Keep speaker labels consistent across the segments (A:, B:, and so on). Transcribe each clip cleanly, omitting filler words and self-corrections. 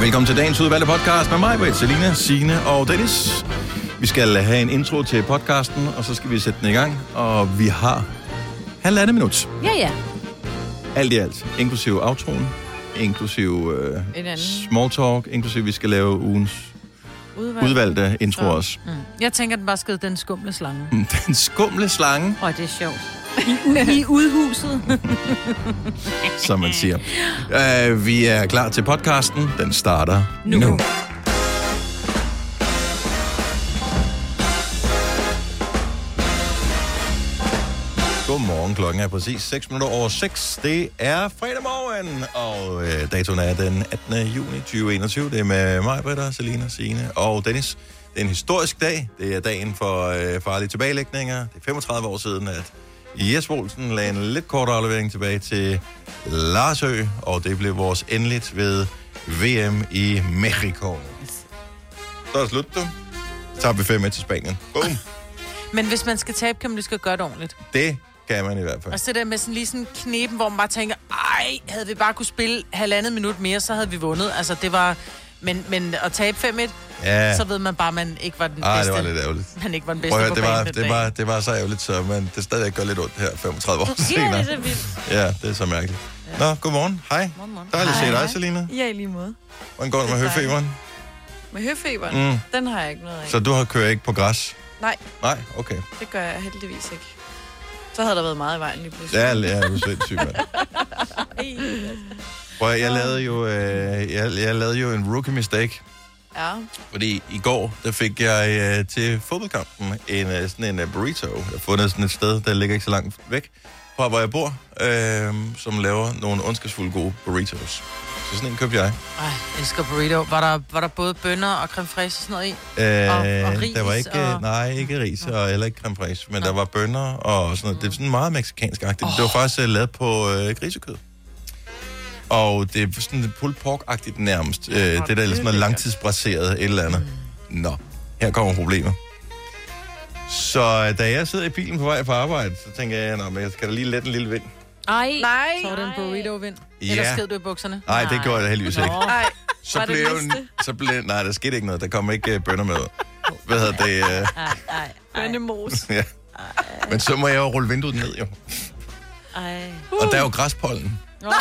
A: Velkommen til dagens udvalgte podcast med mig, Britt, Selina, Signe og Dennis. Vi skal have en intro til podcasten, og så skal vi sætte den i gang. Og vi har 1,5 minut.
B: Ja.
A: Alt i alt. Inklusive outroen, inklusive small talk, inklusive vi skal lave ugens udvalgte intro også.
C: Jeg tænker, den bare skal den skumle slange.
A: Den skumle slange.
B: Det er sjovt. I udhuset.
A: Som man siger. Vi er klar til podcasten. Den starter nu. Godmorgen, klokken er præcis 6 minutter over 6. Det er fredag morgen, og datoen er den 18. juni 2021. Det er med mig, Britta, Selina, Signe og Dennis. Det er en historisk dag. Det er dagen for farlige tilbagelægninger. Det er 35 år siden, at Jesper Olsen lagde en lidt kortere aflevering tilbage til Larsø, og det blev vores endeligt ved VM i Mexico. Så er det slut, du. Så tager vi 5 til Spanien. Boom.
C: Men hvis man skal tabe, kan man lige skal gøre det ordentligt.
A: Det kan man i hvert fald.
C: Og så der med sådan lige sådan knepen, hvor man bare tænker, havde vi bare kunne spille 1,5 minut mere, så havde vi vundet. Altså det var... Men at tabe 5-1, så ved man bare, at man ikke var den bedste.
A: Det var lidt ærgerligt.
C: Man ikke var den bedste
A: på
C: banen.
A: Det var så ærgerligt, så men det stadig gør lidt ondt her 35 år senere.
B: Det er så vildt.
A: Ja, det er så mærkeligt. Nå, godmorgen. Hej. Dejligt at se dig, Selina.
D: Ja, i lige måde.
A: Hvordan går det med høfeberen?
D: Med høfeberen? Den har jeg ikke noget af.
A: Så du har kørt ikke på græs?
D: Nej.
A: Nej, okay.
D: Det gør jeg heldigvis ikke. Så havde der været meget i vejen lige pludselig.
A: Ja, det er jo sindssygt, mand. Jeg lavede jo en rookie mistake.
D: Ja.
A: Fordi i går, der fik jeg til fodboldkampen sådan en burrito. Jeg har fundet sådan et sted, der ligger ikke så langt væk fra, hvor jeg bor, som laver nogle ondskabsfulde gode burritos. Så sådan en købte jeg.
C: Jeg elsker burrito. Var der både bønner og creme fraiche og sådan noget i? Og ris?
A: Der var ikke, nej, ikke ris og heller ikke creme fraiche, men der var bønner og sådan noget. Det er sådan meget mexicansk-agtigt. Det var faktisk lavet på grisekød. Og det er sådan pulled pork-agtigt nærmest. Det der er sådan noget langtidsbraseret et eller andet. Nå, her kommer problemet. Så da jeg sidder i bilen på vej på arbejde, så tænker jeg, men jeg skal da lige lette en lille vind.
D: Nej.
C: Så var det en burrito-vind?
A: Ja.
C: Eller sked du i bukserne?
A: Nej, det gjorde jeg heldigvis ikke.
D: Nej.
A: Nej, der skete ikke noget. Der kom ikke bønner med. Hvad hedder det?
D: Bønnemos.
A: Ja. Men så må jeg jo rulle vinduet ned, jo. Og der er jo græspollen.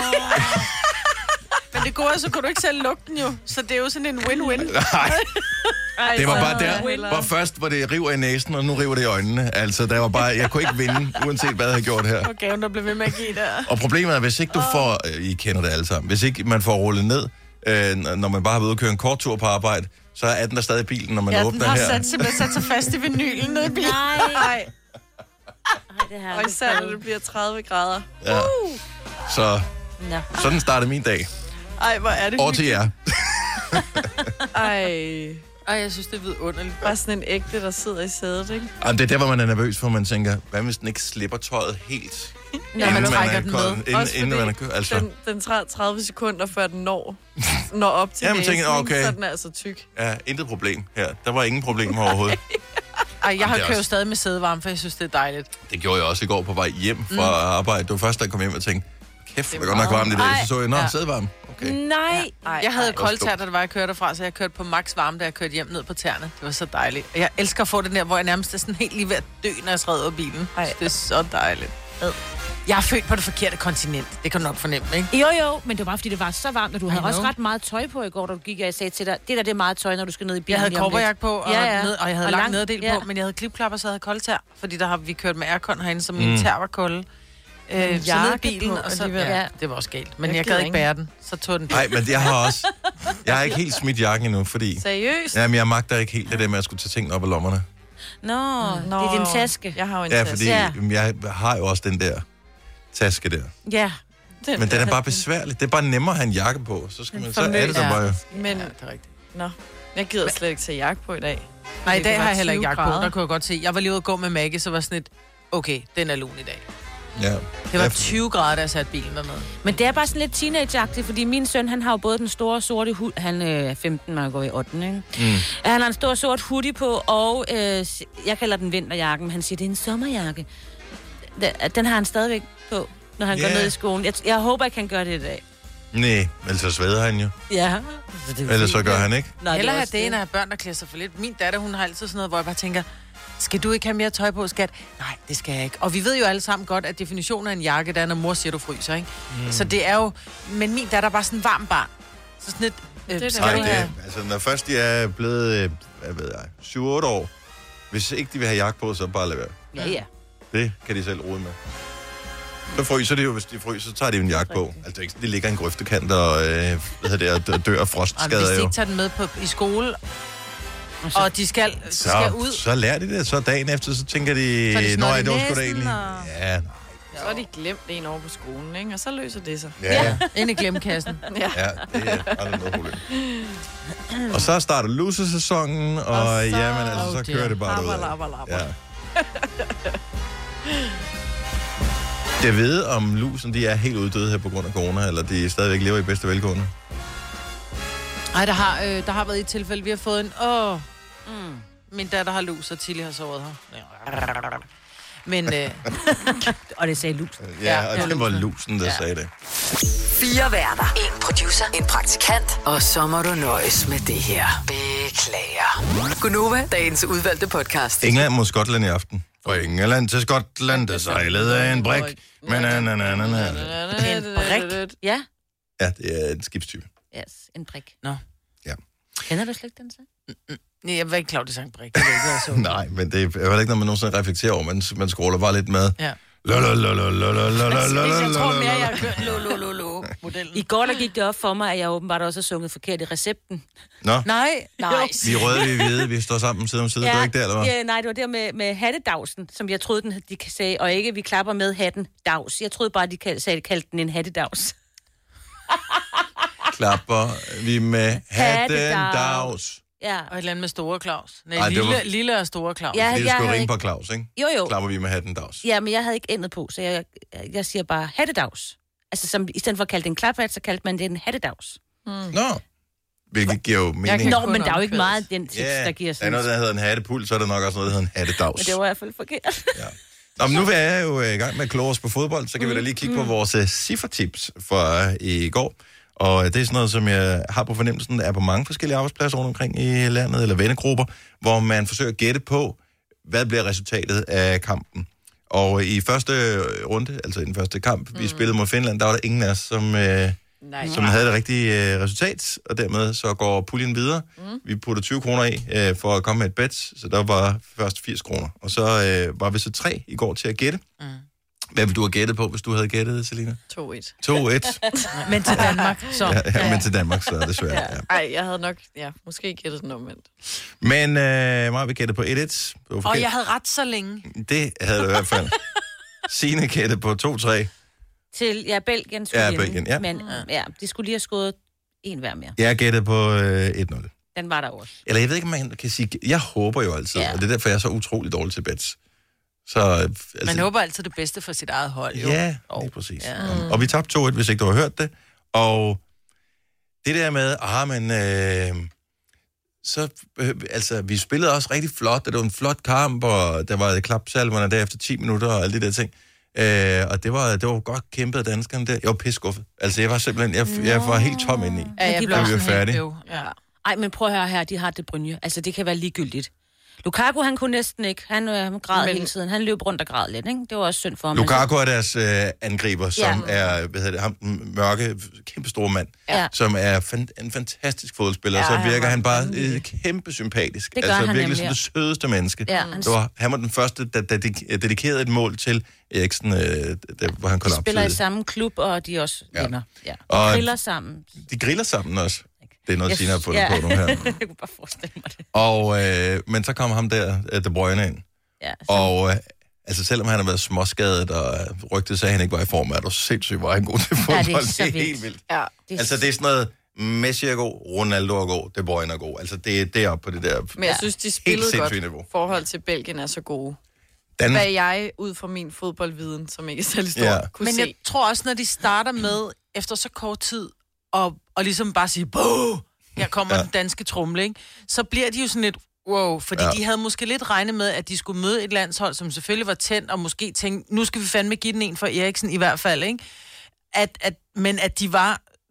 C: Men det gode er, så kunne du ikke selv lugte den jo. Så det er jo sådan en win-win.
A: Nej. Det var bare der, hvor først var det river i næsen, og nu river det i øjnene. Altså, der var bare, jeg kunne ikke vinde, uanset hvad jeg havde gjort her.
C: Okay, der blev ved med at give der.
A: Og problemet er, hvis ikke du får, I kender det alle sammen, hvis ikke man får rullet ned, når man bare har været ude at køre en kort tur på arbejde, så er den der stadig i bilen, når man åbner her.
C: Ja, den har simpelthen sat sig fast i vinylen nede i bilen.
D: Nej. Og især, når det bliver 30 grader.
A: Ja. Så sådan startede min dag.
D: Ej, hvor er det
A: over til jer.
D: Ej,
C: jeg synes, det er vidunderligt.
D: Bare sådan en ægte, der sidder i sædet, ikke?
A: Jamen, det er der, hvor man er nervøs, for man tænker, hvad hvis den ikke slipper tøjet helt?
C: Ja, man trækker den med.
A: Inden man er kørt, altså.
D: Den tager 30 sekunder, før den når op til næsen,
A: okay.
D: så den er altså tyk.
A: Ja, intet problem her. Der var ingen problem overhovedet.
C: Jeg har kørt stadig med sædevarme, for jeg synes, det er dejligt.
A: Det gjorde jeg også i går på vej hjem fra arbejde. Det var først, da jeg kom hjem og tænkte, kæft, det er godt nok varmt i dag. Så så jeg, sædevarme. Okay.
B: Nej.
C: Jeg havde koldt tær, da det var, jeg kørte derfra, så jeg kørte på max varme, da jeg kørte hjem ned på tæerne. Det var så dejligt. Jeg elsker at få den der, hvor jeg nærmest er sådan helt lige ved at dø, når jeg træder ud af bilen. Det er så dejligt. Jeg er født på det forkerte kontinent. Det kan du nok fornemme, ikke?
B: Jo, men det var bare, fordi det var så varmt, og du havde også ret meget tøj på i går, da du gik, og jeg sagde til dig, det er meget tøj, når du skal ned i bilen.
C: Jeg havde korperjakke på, og jeg havde lang nederdel på, men jeg havde klipklapper, så jeg havde koldt tær, fordi der har vi kørt med aircon herinde, så min tær var kolde. Så ned i bilen, og så... Ja, det var også galt. Men jeg gad ikke bære den, så tog den.
A: Nej, men jeg har ikke helt smidt jakken endnu, fordi...
D: Seriøst?
A: Jamen, jeg magter ikke helt det der med at skulle tage tingene op af lommerne.
B: Nå, det er din taske.
D: Jeg har jo en
A: taske. Ja, fordi jeg har jo også den der taske der.
B: Ja.
A: Men den er bare besværlig. Det er bare nemmere at have en jakke på. Så skal man så er det der bare...
D: Men
C: det er rigtigt.
D: Nå, jeg gider slet ikke tage jakke på i dag.
C: Nej, i dag har jeg heller ikke jakke på. Der kunne jeg godt se. Jeg var lige ude at gå med Maggie, så var sådan et, okay, den er lun i dag.
A: Ja.
C: Det var 20 grader, da jeg satte bilen dernede.
B: Men det er bare sådan lidt teenage-agtigt, fordi min søn, han har jo både den store sorte hud, han er 15, når jeg går i 8. Ikke? Han har en stor sort hoodie på, og jeg kalder den vinterjakken, men han siger, det er en sommerjakke. Den har han stadigvæk på, når han går ned i skolen. Jeg håber ikke, han gør det i dag.
A: Nej, ellers så sveder han jo.
B: Ja.
A: Ellers så gør han ikke.
C: Nej, heller have det, end at have børn, der klæder sig for lidt. Min datter, hun har altid sådan noget, hvor jeg bare tænker, skal du ikke have mere tøj på, skat? Nej, det skal jeg ikke. Og vi ved jo alle sammen godt, at definitionen af en jakke, der er, når mor siger, du fryser, ikke? Så det er jo... Men min datter er bare sådan en varm barn. Så sådan et...
A: Altså, når først de er blevet, 7-8 år, hvis ikke de vil have jakke på, så bare lad være.
B: Ja.
A: Det kan de selv rode med. Så fryser de jo, hvis de fryser, så tager de jo en jakke på. Altså, ikke, de ligger i en grøftekant og dør af frostskader.
C: Hvis de
A: jo.
C: ikke tager den med i skole, og de skal ud...
A: Så lærer de det, så dagen efter, så tænker de, det var sgu da egentlig. Ja, nej.
D: Så har de glemt en over på skolen, ikke? Og så løser det sig.
A: Ja.
C: Ind i glemkassen.
A: Ja, det er aldrig noget problem. Og så starter loser-sæsonen, og jamen, altså, så kører det bare ud. Ja. Jeg ved, om lusen, de er helt uddøde her på grund af corona, eller de stadigvæk lever i bedste velgående.
C: Nej, der har været et tilfælde, vi har fået en... Min datter har lus, og Tilly har sovet her. Men...
B: og det sagde lusen.
A: Ja, og det var lusen, der sagde det.
E: 4 værter. 1 producer. 1 praktikant. Og så må du nøjes med det her. Beklager. Gunova, dagens udvalgte podcast.
A: England mod Skotland i aften. Fra England til Skotland, der sejlede af en brik. Men
B: En brik? Ja.
A: Ja, det er en skibstype.
B: Yes, en brik.
C: Nå.
A: Ja.
B: Kender du slet ikke den så?
C: Nej, jeg var ikke klar, det sang brik. Det var ikke,
A: Nej, men det er jo ikke noget, man nogensinde reflekterer over, men man scroller bare lidt med.
C: Ja.
A: Jeg
C: tror mere, jeg har kørt modellen.
B: I går der gik det op for mig, at jeg åbenbart også har sunget forkert i recepten.
A: Nå,
C: Nej.
A: vi er røde, vi er hvide, vi står sammen side om side. Ja, det var ikke det, eller hvad?
B: Ja, nej, det var der med hattedagsen, som jeg troede, de sagde, og ikke, vi klapper med hatten dags. Jeg troede bare, de kaldte den en hattedags.
A: Klapper vi med hatten dags.
B: Ja.
C: Og et eller andet med Store Claus. Nej,
A: Ej,
C: lille og Store Claus.
B: Ja,
A: Det skulle ringe på Claus, ikke?
B: Jo.
A: Klapper vi med hatten dags.
B: Ja, men jeg havde ikke endet på, så jeg siger bare hattedags. Altså, som, i stedet for at kalde det en klaphat, så kaldte man det en hattedags.
A: Nå, hvilket giver jo mening.
B: Nå, men der er jo ikke meget den tekst, der giver sådan.
A: Ja, der er noget, der hedder en hattepul, så er der nok også noget, der hedder en hattedags.
B: Men det var i hvert fald forkert.
A: Ja. Nå, men nu er jeg jo i gang med at kloge os på fodbold, så kan vi da lige kigge på vores ciffertips fra i går. Og det er sådan noget, som jeg har på fornemmelsen, er på mange forskellige arbejdspladser rundt omkring i landet, eller vennegrupper, hvor man forsøger at gætte på, hvad bliver resultatet af kampen. Og i første runde, altså i den første kamp, vi spillede mod Finland, der var der ingen af os, som havde det rigtige resultat, og dermed så går puljen videre. Vi putter 20 kroner i for at komme med et bet, så der var først 80 kroner. Og så var vi så 3 i går til at gætte. Hvad ville du have gættet på, hvis du havde gættet, Selina?
D: 2-1.
A: 2-1.
C: Men til Danmark, så.
A: Ja, men til Danmark, så er det svært. Ja.
D: Ej, jeg havde nok, måske gættet den omvendt.
A: Men mig vil gætte på 1-1.
C: Og jeg havde ret så længe.
A: Det havde du i hvert fald. Signe gætte på 2-3.
B: Til, Belgien skulle
A: Ja, Belgien, ja.
B: Men de skulle lige have skåret en hver mere.
A: Jeg gættede på 1-0.
B: Den var der også.
A: Eller jeg ved ikke, om man kan sige... Jeg håber jo altid, og det er derfor, jeg er så utrolig dårlig til bets. Så, altså,
C: man håber altid det bedste for sit eget hold, jo.
A: Ja, lige præcis. Ja. Og vi tabte 2-1, hvis ikke du har hørt det. Og det der med, altså, vi spillede også rigtig flot, og det var en flot kamp, og der var klapsalverne der efter 10 minutter, og alle de der ting. Og det var godt kæmpet af danskerne der. Jeg var pissekuffet. Altså, jeg var simpelthen, jeg var helt tom indeni.
C: Ja, jeg blev også
A: færdig.
B: Ej, men prøv at høre her, de har det Brynje. Altså, det kan være ligegyldigt. Lukaku, han kunne næsten ikke. Han græd hele tiden. Han løb rundt og græd lidt, ikke? Det var også synd for ham.
A: Lukaku er deres angriber, som er, ham den mørke, kæmpe store mand, som er en fantastisk fodboldspiller. Så virker han bare kæmpe sympatisk.
B: Det gør
A: altså
B: han
A: virkelig
B: nemlig,
A: som det sødeste menneske.
B: Ja,
A: han var den første, der dedikerede et mål til Eriksen, hvor han kollapsede.
B: De spiller i samme klub, og de er også venner. Ja. De griller sammen.
A: De griller sammen også. Det er noget, Signe har fundet på nu her.
B: Jeg kunne bare forestille mig det.
A: Og, men så kom ham der, De Bruyne ind.
B: Ja,
A: og altså selvom han har været småskadet, og rygtet sagde, at han ikke var i form, er du sindssygt, hvor han god til fodbold.
B: Ja, det er
A: helt vildt.
D: Ja.
A: Altså det er sådan noget, Messi er god, Ronaldo er god, De Bruyne er god. Altså det er oppe på det der.
D: Men jeg synes, de spillede godt. Niveau. Forhold til Belgien er så gode. Hvad jeg, ud fra min fodboldviden, som ikke er særlig stor, kunne
C: men
D: se.
C: jeg tror også, når de starter med, efter så kort tid, og ligesom bare sige, Boo! Her kommer den danske tromle, ikke? Så bliver de jo sådan lidt, wow, fordi de havde måske lidt regnet med, at de skulle møde et landshold, som selvfølgelig var tændt, og måske tænkte, nu skal vi fandme give den en for Eriksen i hvert fald, ikke? Men at de var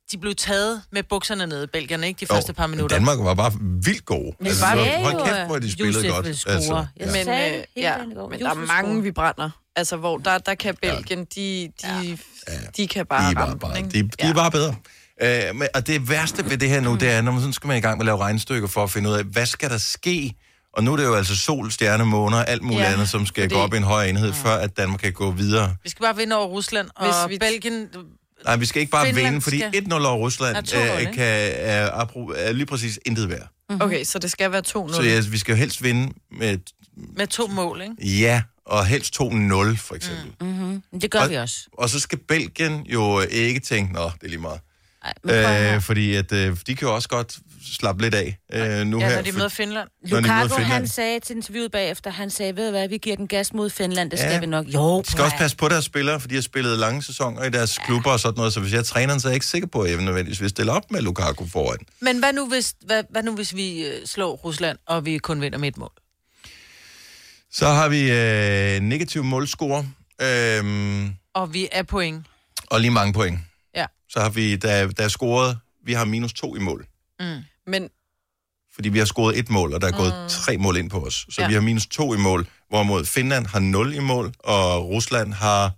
C: de blev taget med bukserne nede, belgierne, ikke? De første par minutter.
A: Danmark var bare vildt gode.
B: Men
A: hold kæft, hvor de spillede godt.
B: Altså,
D: men der er mange, vi brænder. Altså, hvor der kan Belgien, de kan bare ramme.
A: De er bare bedre. Og det værste ved det her nu, det er, når man sådan skal man i gang med at lave regnestykker for at finde ud af, hvad skal der ske? Og nu er det jo altså sol, stjerne, måner, alt muligt andet, som skal gå op i en høj enhed, før at Danmark kan gå videre.
C: Vi skal bare vinde over Rusland, og Belgien...
A: Nej, vi skal ikke bare vinde, fordi 1-0 over Rusland er lige præcis intet værd.
D: Okay, så det skal være 2-0.
A: Så vi skal jo helst vinde
C: med 2 mål, ikke?
A: Ja, og helst 2-0, for eksempel.
B: Det gør vi også.
A: Og så skal Belgien jo ikke tænke, det er lige meget. Fordi at, de kan jo også godt slappe lidt af nu her.
C: Når de møder Finland.
B: Lukaku, han sagde til interviewet bagefter, han sagde, ved du hvad, vi giver den gas mod Finland, det skal vi nok. Jo,
A: de skal også passe på deres spillere, for de har spillet lange sæsoner i deres klubber og sådan noget, så hvis jeg er træneren, så er jeg ikke sikker på, at jeg nødvendigvis vil stille op med Lukaku foran.
C: Men hvad nu hvis vi slår Rusland, og vi kun vinder med 1 mål?
A: Så har vi negativ målscore.
C: Og vi er point.
A: Og lige mange point.
C: Ja.
A: Så har vi, der er scoret, vi har -2 i mål.
D: Men...
A: Fordi vi har scoret 1 mål, og der er gået 3 mål ind på os. Så vi har -2 i mål, hvorimod Finland har 0 i mål, og Rusland har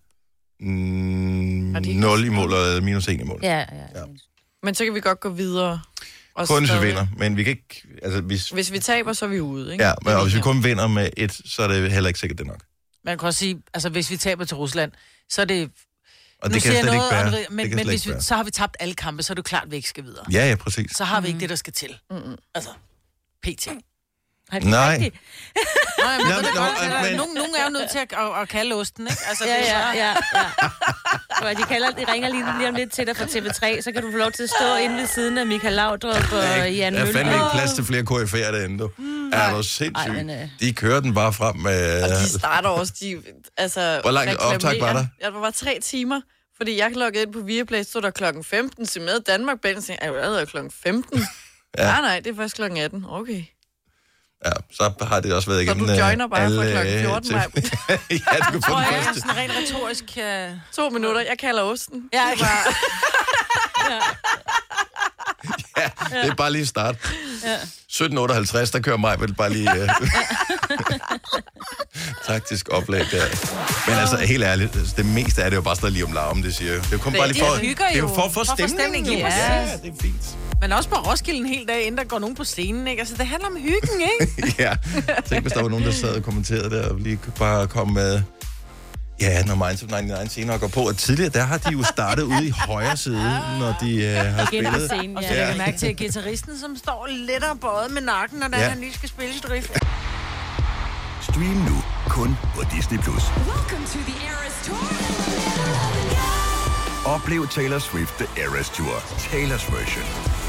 A: 0 i mål og -1 i mål.
B: Ja.
D: Men så kan vi godt gå videre.
A: Kun hvis vi vinder, men vi kan ikke... Altså,
D: hvis vi taber, så er vi ude, ikke?
A: Ja, men og hvis vi kun vinder med 1, så er det heller ikke sikkert det nok.
C: Man kan også sige, altså hvis vi taber til Rusland, så er det...
A: Og det kan slet ikke bære.
C: Men hvis vi, så har vi tabt alle kampe, så er det klart, at vi ikke skal videre.
A: Ja, præcis.
C: Så har vi ikke det, der skal til. Altså, PT.
A: Nej.
C: Nej, men nogen er jo nødt til at kalde osten, ikke? Altså,
B: ja. De ringer lige om lidt til dig fra TV3, så kan du få lov til at stå inde ved siden af Michael Laudrup og Jan Møller.
A: Der er fandme ikke plads til flere KF'er derinde, du. Er du sindssygt? De kører den bare frem med...
D: Og de starter også,
A: hvor langt optag var der?
D: Ja, der var 3 timer. Fordi jeg loggede ind på Viaplay, stod der klokken 15, så med Danmark, Belgien, så jeg allerede klokken 15. Nej, det er først klokken 18. Okay.
A: Ja, så har det også været igennem...
D: Så du joiner bare fra klokken 14, Maja.
A: Ja, du kan få den
C: første.
A: første.
C: Sådan rent retorisk...
D: 2 minutter, jeg kalder osten.
C: Ja,
A: det er bare lige start. 17:58, der kører mig vel bare lige... taktisk oplæg der. Men altså, helt ærligt, det meste er det jo bare stadig lige om larm, det siger. Det er jo kun bare lige for... Det er jo for at få stemning. Ja, det er fint.
C: Men også på Roskilde en hel dag, inden der går nogen på scenen, ikke? Altså, det handler om hyggen, ikke?
A: Ja. Tænk, hvis der var nogen, der sad og kommenterede der, og lige bare komme med... Ja, når Minds of 99 senere går på. Og tidligere, der har de jo startet ude i højre side, når de har spillet.
C: Scenen, og så lægger jeg mærke til guitaristen, som står lidt og bøjet med nakken, når han lige skal spille sit riff.
F: Stream nu kun på Disney+. Oplev Taylor Swift The Eras Tour, Taylor's version.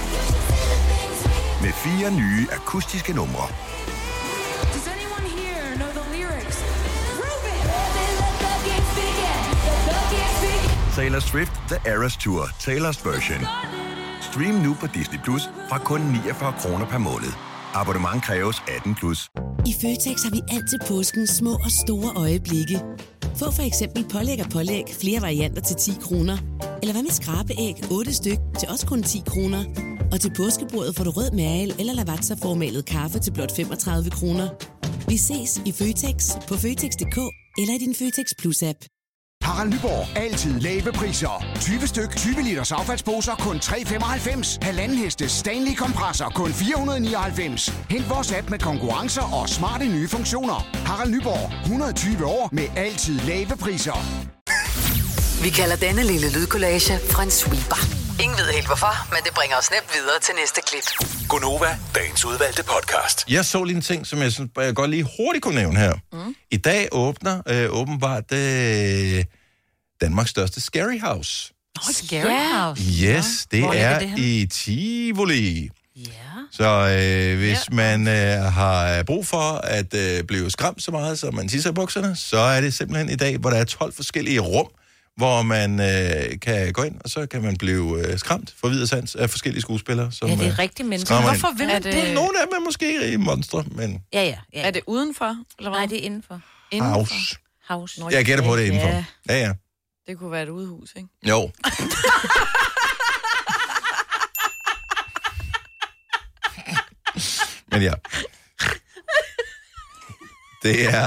F: Med 4 nye akustiske numre. Taylor Swift The Eras Tour, Taylor's version. Stream nu på Disney Plus fra kun 49 kroner per måned. Abonnement kræves 18+.
G: I Føtex har vi altid påsken små og store øjeblikke. Få for eksempel pålæg flere varianter til 10 kroner. Eller hvad med skrabeæg 8 styk til også kun 10 kroner. Og til påskebordet får du rød mal eller lavatserformalet kaffe til blot 35 kroner. Vi ses i Føtex på Føtex.dk eller i din Føtex Plus-app.
H: Harald Nyborg. Altid lave priser. 20 styk, 20 liters affaldsposer kun 3,95. Halvanden hestes Stanley kompresser kun 499. Hent vores app med konkurrencer og smarte nye funktioner. Harald Nyborg. 120 år med altid lave priser.
E: Vi kalder denne lille lydkollage en sweeper. Ingen ved helt hvorfor, men det bringer os nemt videre til næste klip.
F: Gonova, dagens udvalgte podcast.
A: Jeg så lige en ting, som jeg synes, jeg godt lige hurtigt kunne nævne her. I dag åbner åbenbart Danmarks største Scary House.
C: Scary House?
A: Yes, det er i Tivoli.
C: Ja.
A: Så hvis man har brug for at blive skræmt så meget, som man tisser i bukserne, så er det simpelthen i dag, hvor der er 12 forskellige rum, hvor man kan gå ind, og så kan man blive skræmt for vid og sans af forskellige skuespillere. Som,
B: det er rigtige mennesker.
C: Hvorfor vil man det?
A: Nogle af dem er måske monstre, men...
B: Ja.
D: Er det udenfor? Eller hvad?
B: Nej, det er indenfor.
A: House. Jeg gætter på det indenfor. Ja.
D: Det kunne være et udehus, ikke?
A: Jo. Men ja. Det er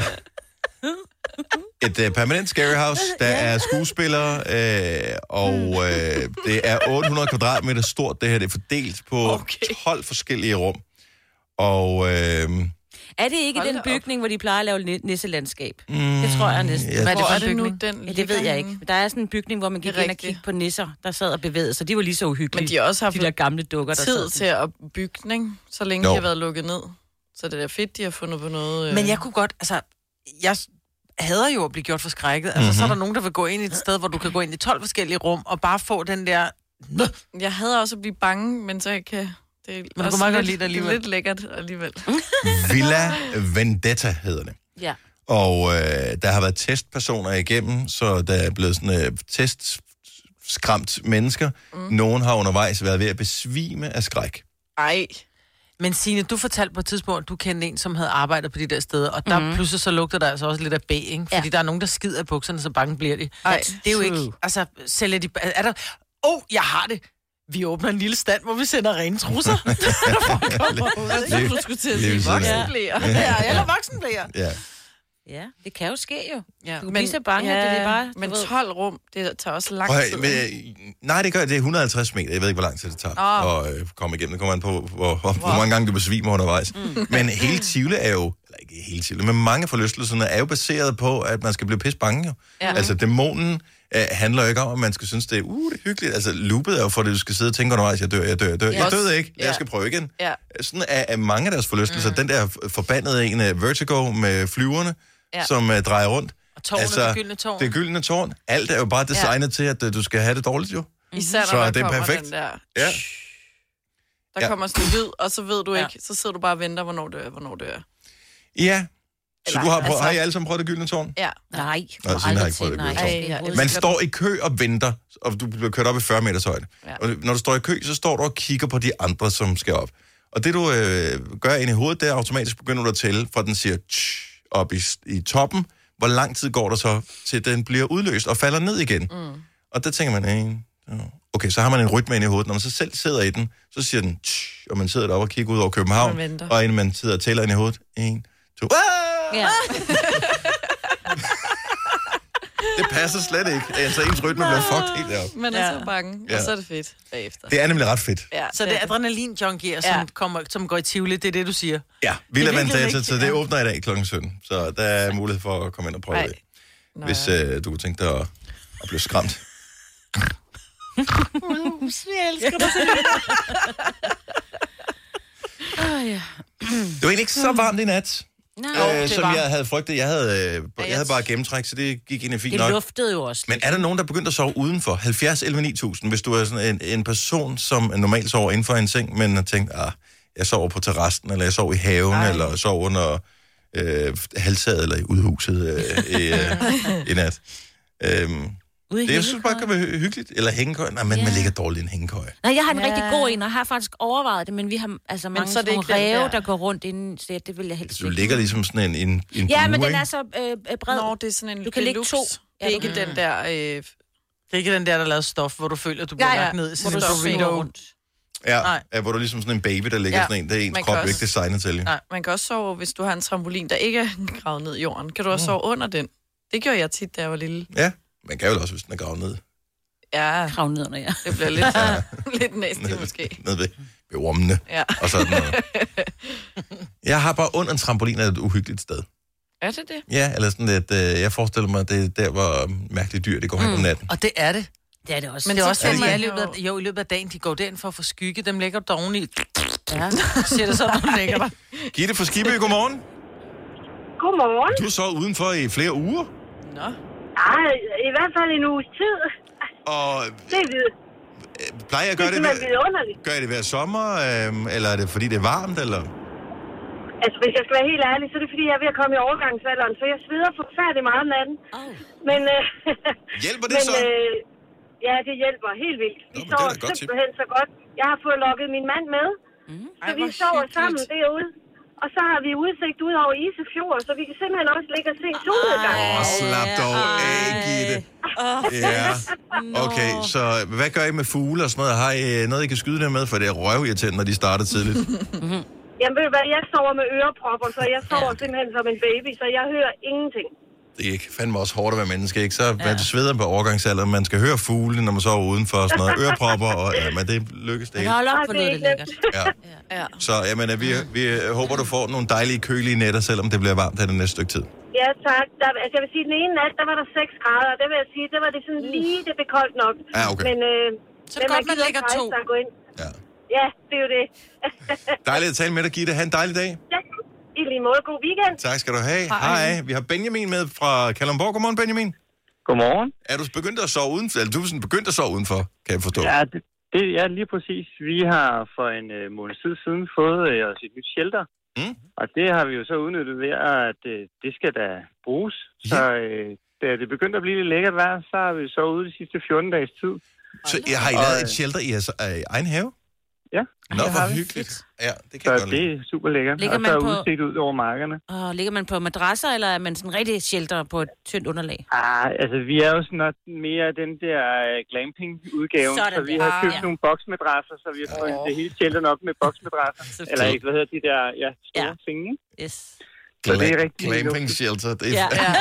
A: et permanent scary house. Der er skuespillere, og det er 800 kvadratmeter stort. Det her det er fordelt på 12 forskellige rum. Og...
B: er det ikke den bygning, hvor de plejer at lave nisselandskab? Det tror jeg næsten.
C: Hvad er det for en
D: nu,
C: bygning?
B: Ja, det ved jeg ikke. Der er sådan en bygning, hvor man gik ind og kiggede på nisser, der sad og bevægede sig. De var lige så uhyggelige.
D: Men de har også haft
B: de der gamle dukker, der
D: tid til at bygge, ikke? Så længe de har været lukket ned. Så det er fedt, de har fundet på noget...
C: Men jeg kunne godt... Altså, jeg hader jo at blive gjort forskrækket. Altså, så er der nogen, der vil gå ind i et sted, hvor du kan gå ind i 12 forskellige rum, og bare få den der...
D: Jeg hader også at blive bange, men så jeg kan... Det er
C: men du kan meget godt lide det alligevel.
D: Det er lidt lækkert alligevel.
A: Villa Vendetta hedder det.
B: Ja.
A: Og der har været testpersoner igennem, så der er blevet sådan testskræmt mennesker. Nogen har undervejs været ved at besvime af skræk.
D: Ej.
C: Men Signe, du fortalte på et tidspunkt, at du kendte en, som havde arbejdet på de der steder, og der pludselig så lugter der altså også lidt af bæ, ikke? Fordi der er nogen, der skider af bukserne, så bange bliver de.
D: Ej,
C: det er jo ikke... Altså, sælger de... Er der... jeg har det! Vi åbner en lille stand, hvor vi sender rene trusser.
D: Du skulle til at sige voksenblæer.
C: Ja, eller voksenblæer.
B: Ja, det kan jo ske jo.
C: Ja.
B: Du kan blive så bange, at det er bare...
D: Men 12 rum, det tager også lang tid.
A: Nej, det gør det er 150 meter. Jeg ved ikke, hvor lang tid det tager at komme igennem. Det kommer an på, hvor mange gange du besvimer undervejs. Men hele Tivoli er jo... Eller ikke hele Tivoli, men mange forlystelserne er jo baseret på, at man skal blive pisse bange. Jo. Ja. Altså, dæmonen handler jo ikke om, at man skal synes, det er hyggeligt. Altså, loopet er jo for, at du skal sidde og tænke undervejs, jeg dør. Jeg døde ikke, jeg skal prøve igen. Ja. Sådan er mange af deres forlystelser. Den der forbandede en Vertigo med flyverne, som drejer rundt.
C: Og tårnet, altså, det gyldne tårn.
A: Det gyldne tårn. Alt er jo bare designet til, at du skal have det dårligt, jo.
D: Især
A: så
D: når
A: det er perfekt.
D: Den der.
A: Ja.
D: Der kommer sådan en lyd, og så ved du ikke, så sidder du bare og venter, hvornår dør.
A: Ja. Så du har I alle sammen prøvet det gyldne tårn?
D: Ja.
B: Nej.
A: Nå, siden har ikke prøvet det gyldne tårn. Man står i kø og venter, og du bliver kørt op i 40 meters højde. Ja. Og når du står i kø, så står du og kigger på de andre, som skal op. Og det du gør ind i hovedet, det er automatisk begynder du at tælle, fra den siger op i toppen. Hvor lang tid går der så, til den bliver udløst og falder ned igen? Og der tænker man, okay, så har man en rytme ind i hovedet. Når man så selv sidder i den, så siger den, og man sidder deroppe og kigger ud over København, og inden man sidder og tæller ind i hovedet, 1, 2, ja. Det passer slet ikke. Altså, ens rytme bliver fucked helt deroppe.
D: Man er så bange, og så er det fedt bagefter.
A: Det er nemlig ret fedt.
C: Ja, så det er adrenalin-junkier, som går i Tivoli, det er det, du siger?
A: Ja, Villa Vendetta, så det åbner i dag kl. 17. Så der er mulighed for at komme ind og prøve det. Hvis du kunne tænke dig at blive skræmt.
B: Jeg elsker dig.
A: Det var egentlig ikke så varmt i nat. Som jeg havde frygtet. Jeg havde bare gennemtræk, så det gik ind i fint nok.
B: Det luftede jo også.
A: Men er der nogen, der begyndte at sove udenfor? 70 11 9000, hvis du er sådan en person, som normalt sover inden for en seng, men har tænkt, jeg sover på terrassen, eller jeg sover i haven, eller jeg sover under halvtaget, eller i udhuset i nat. Det, jeg synes bare, kan være hyggeligt. Eller hængekøj. Nej, men man ligger dårligt i en hængekøj.
B: Nej, jeg har en rigtig god en, og har faktisk overvejet det, men vi har altså mange sådan nogle ræve, der går rundt inden, så det vil jeg helst ikke.
A: Du ligger ligesom sådan en
B: ja,
A: bue,
B: men den er så bred.
D: Nå, det er sådan en...
B: Du kan ligge 2.
D: Det er ikke den der...
C: Det er ikke den der lavede stof, hvor du føler, at du bliver lagt ned i sådan en burrito.
A: Ja, hvor du ligesom sådan en baby, der ligger sådan en, det er ens krop ikke designet til.
D: Nej, man kan også sove, hvis du har en trampolin, der ikke er gravet ned i jorden. Kan du også sove under den? Det gjorde jeg tit, da jeg var lille.
A: Ja. Man kan jo også, hvis den er gravet ned.
D: Ja.
B: Gravet ned, ja.
D: Det bliver lidt næstigt, måske.
A: Ned ved ormene. Ja. Og sådan noget. Jeg har bare under en trampolin af et uhyggeligt sted.
D: Er det det?
A: Ja, eller sådan lidt, jeg forestiller mig, at det er der, hvor mærkelige dyr, det går hen om natten.
C: Og det er det.
B: Det er det også.
C: Men det er også, at i løbet af dagen, de går derind for at få skygge. Dem lægger du oveni. Ja, siger det så, når du lægger dig.
A: Gitte fra Skibø, godmorgen.
I: Godmorgen.
A: Du så udenfor i flere uger?
I: Nå. Ej, i hvert fald en uges tid.
A: Og
I: det er det.
A: Plejer jeg at gøre det? Gør I det hver sommer, eller er det fordi det er varmt, eller?
I: Altså, hvis jeg skal være helt ærlig, så er det fordi, jeg er ved at komme i overgangsalderen, så jeg sveder forfærdeligt meget om natten. Men,
A: hjælper det så?
I: Ja, det hjælper helt vildt. Vi sover simpelthen så godt. Jeg har fået lukket min mand med, så vi sover sammen derude. Og så har vi udsigt ud over Isefjord, så vi kan simpelthen også ligge og se solnedgang.
A: Slap dog af, Gitte. Ja, okay. Så hvad gør I med fugle og sådan noget? Har I noget, I kan skyde dem med? For det er røvirriterende, når de starter tidligt.
I: Jamen ved du hvad, jeg sover med ørepropper, så jeg sover simpelthen som en baby, så jeg hører ingenting.
A: Det er ikke fandme også hårdt at være menneske, ikke? Så man sveder på overgangsalderen, man skal høre fugle, når man sover udenfor og sådan noget. Ørepropper, og men det lykkes det ikke.
B: Hold op for noget, det lækkert.
A: Ja. Så vi håber, du får nogle dejlige, kølige nætter, selvom det bliver varmt her det næste stykke tid.
I: Ja, tak. Jeg vil sige, den ene nat, der var der 6 grader, og det vil jeg sige, det var det sådan lige, det blev koldt nok.
A: Ja, okay.
I: Men,
C: så det godt, man lægger 2.
I: Ja, det er jo det.
A: Dejligt at tale med dig, Gitte. Ha' en dejlig dag.
I: Ja, i lige måde. God weekend.
A: Tak skal du have. Hej. Vi har Benjamin med fra Kalundborg. Godmorgen, Benjamin.
J: Godmorgen.
A: Er du begyndt at sove udenfor? Eller du er sådan begyndt at sove udenfor, kan jeg forstå?
J: Ja, lige præcis. Vi har for en måned siden fået os et nyt shelter. Og det har vi jo så udnyttet ved, at det skal da bruges. Så da det begyndte at blive lidt lækkert vejr, så har vi så ude de sidste 14 dages tid.
A: Så har I lavet et shelter i jeres egen have?
J: Ja.
A: Nå, hvor hyggeligt. Ja, det kan
J: så det er super lækkert.
B: Ligger
J: og så er udsigt ud over markerne.
B: Ligger man på madrasser, eller er man sådan rigtig shelter på et tyndt underlag?
J: Altså vi er jo sådan mere den der glamping-udgave, så vi har købt nogle boksmadrasser, så vi har fået det hele shelteren op med boksmadrasser. Eller ikke, hvad hedder de der store ting, ikke?
B: Yes.
J: Så det er rigtig
A: glamping shelter. Det er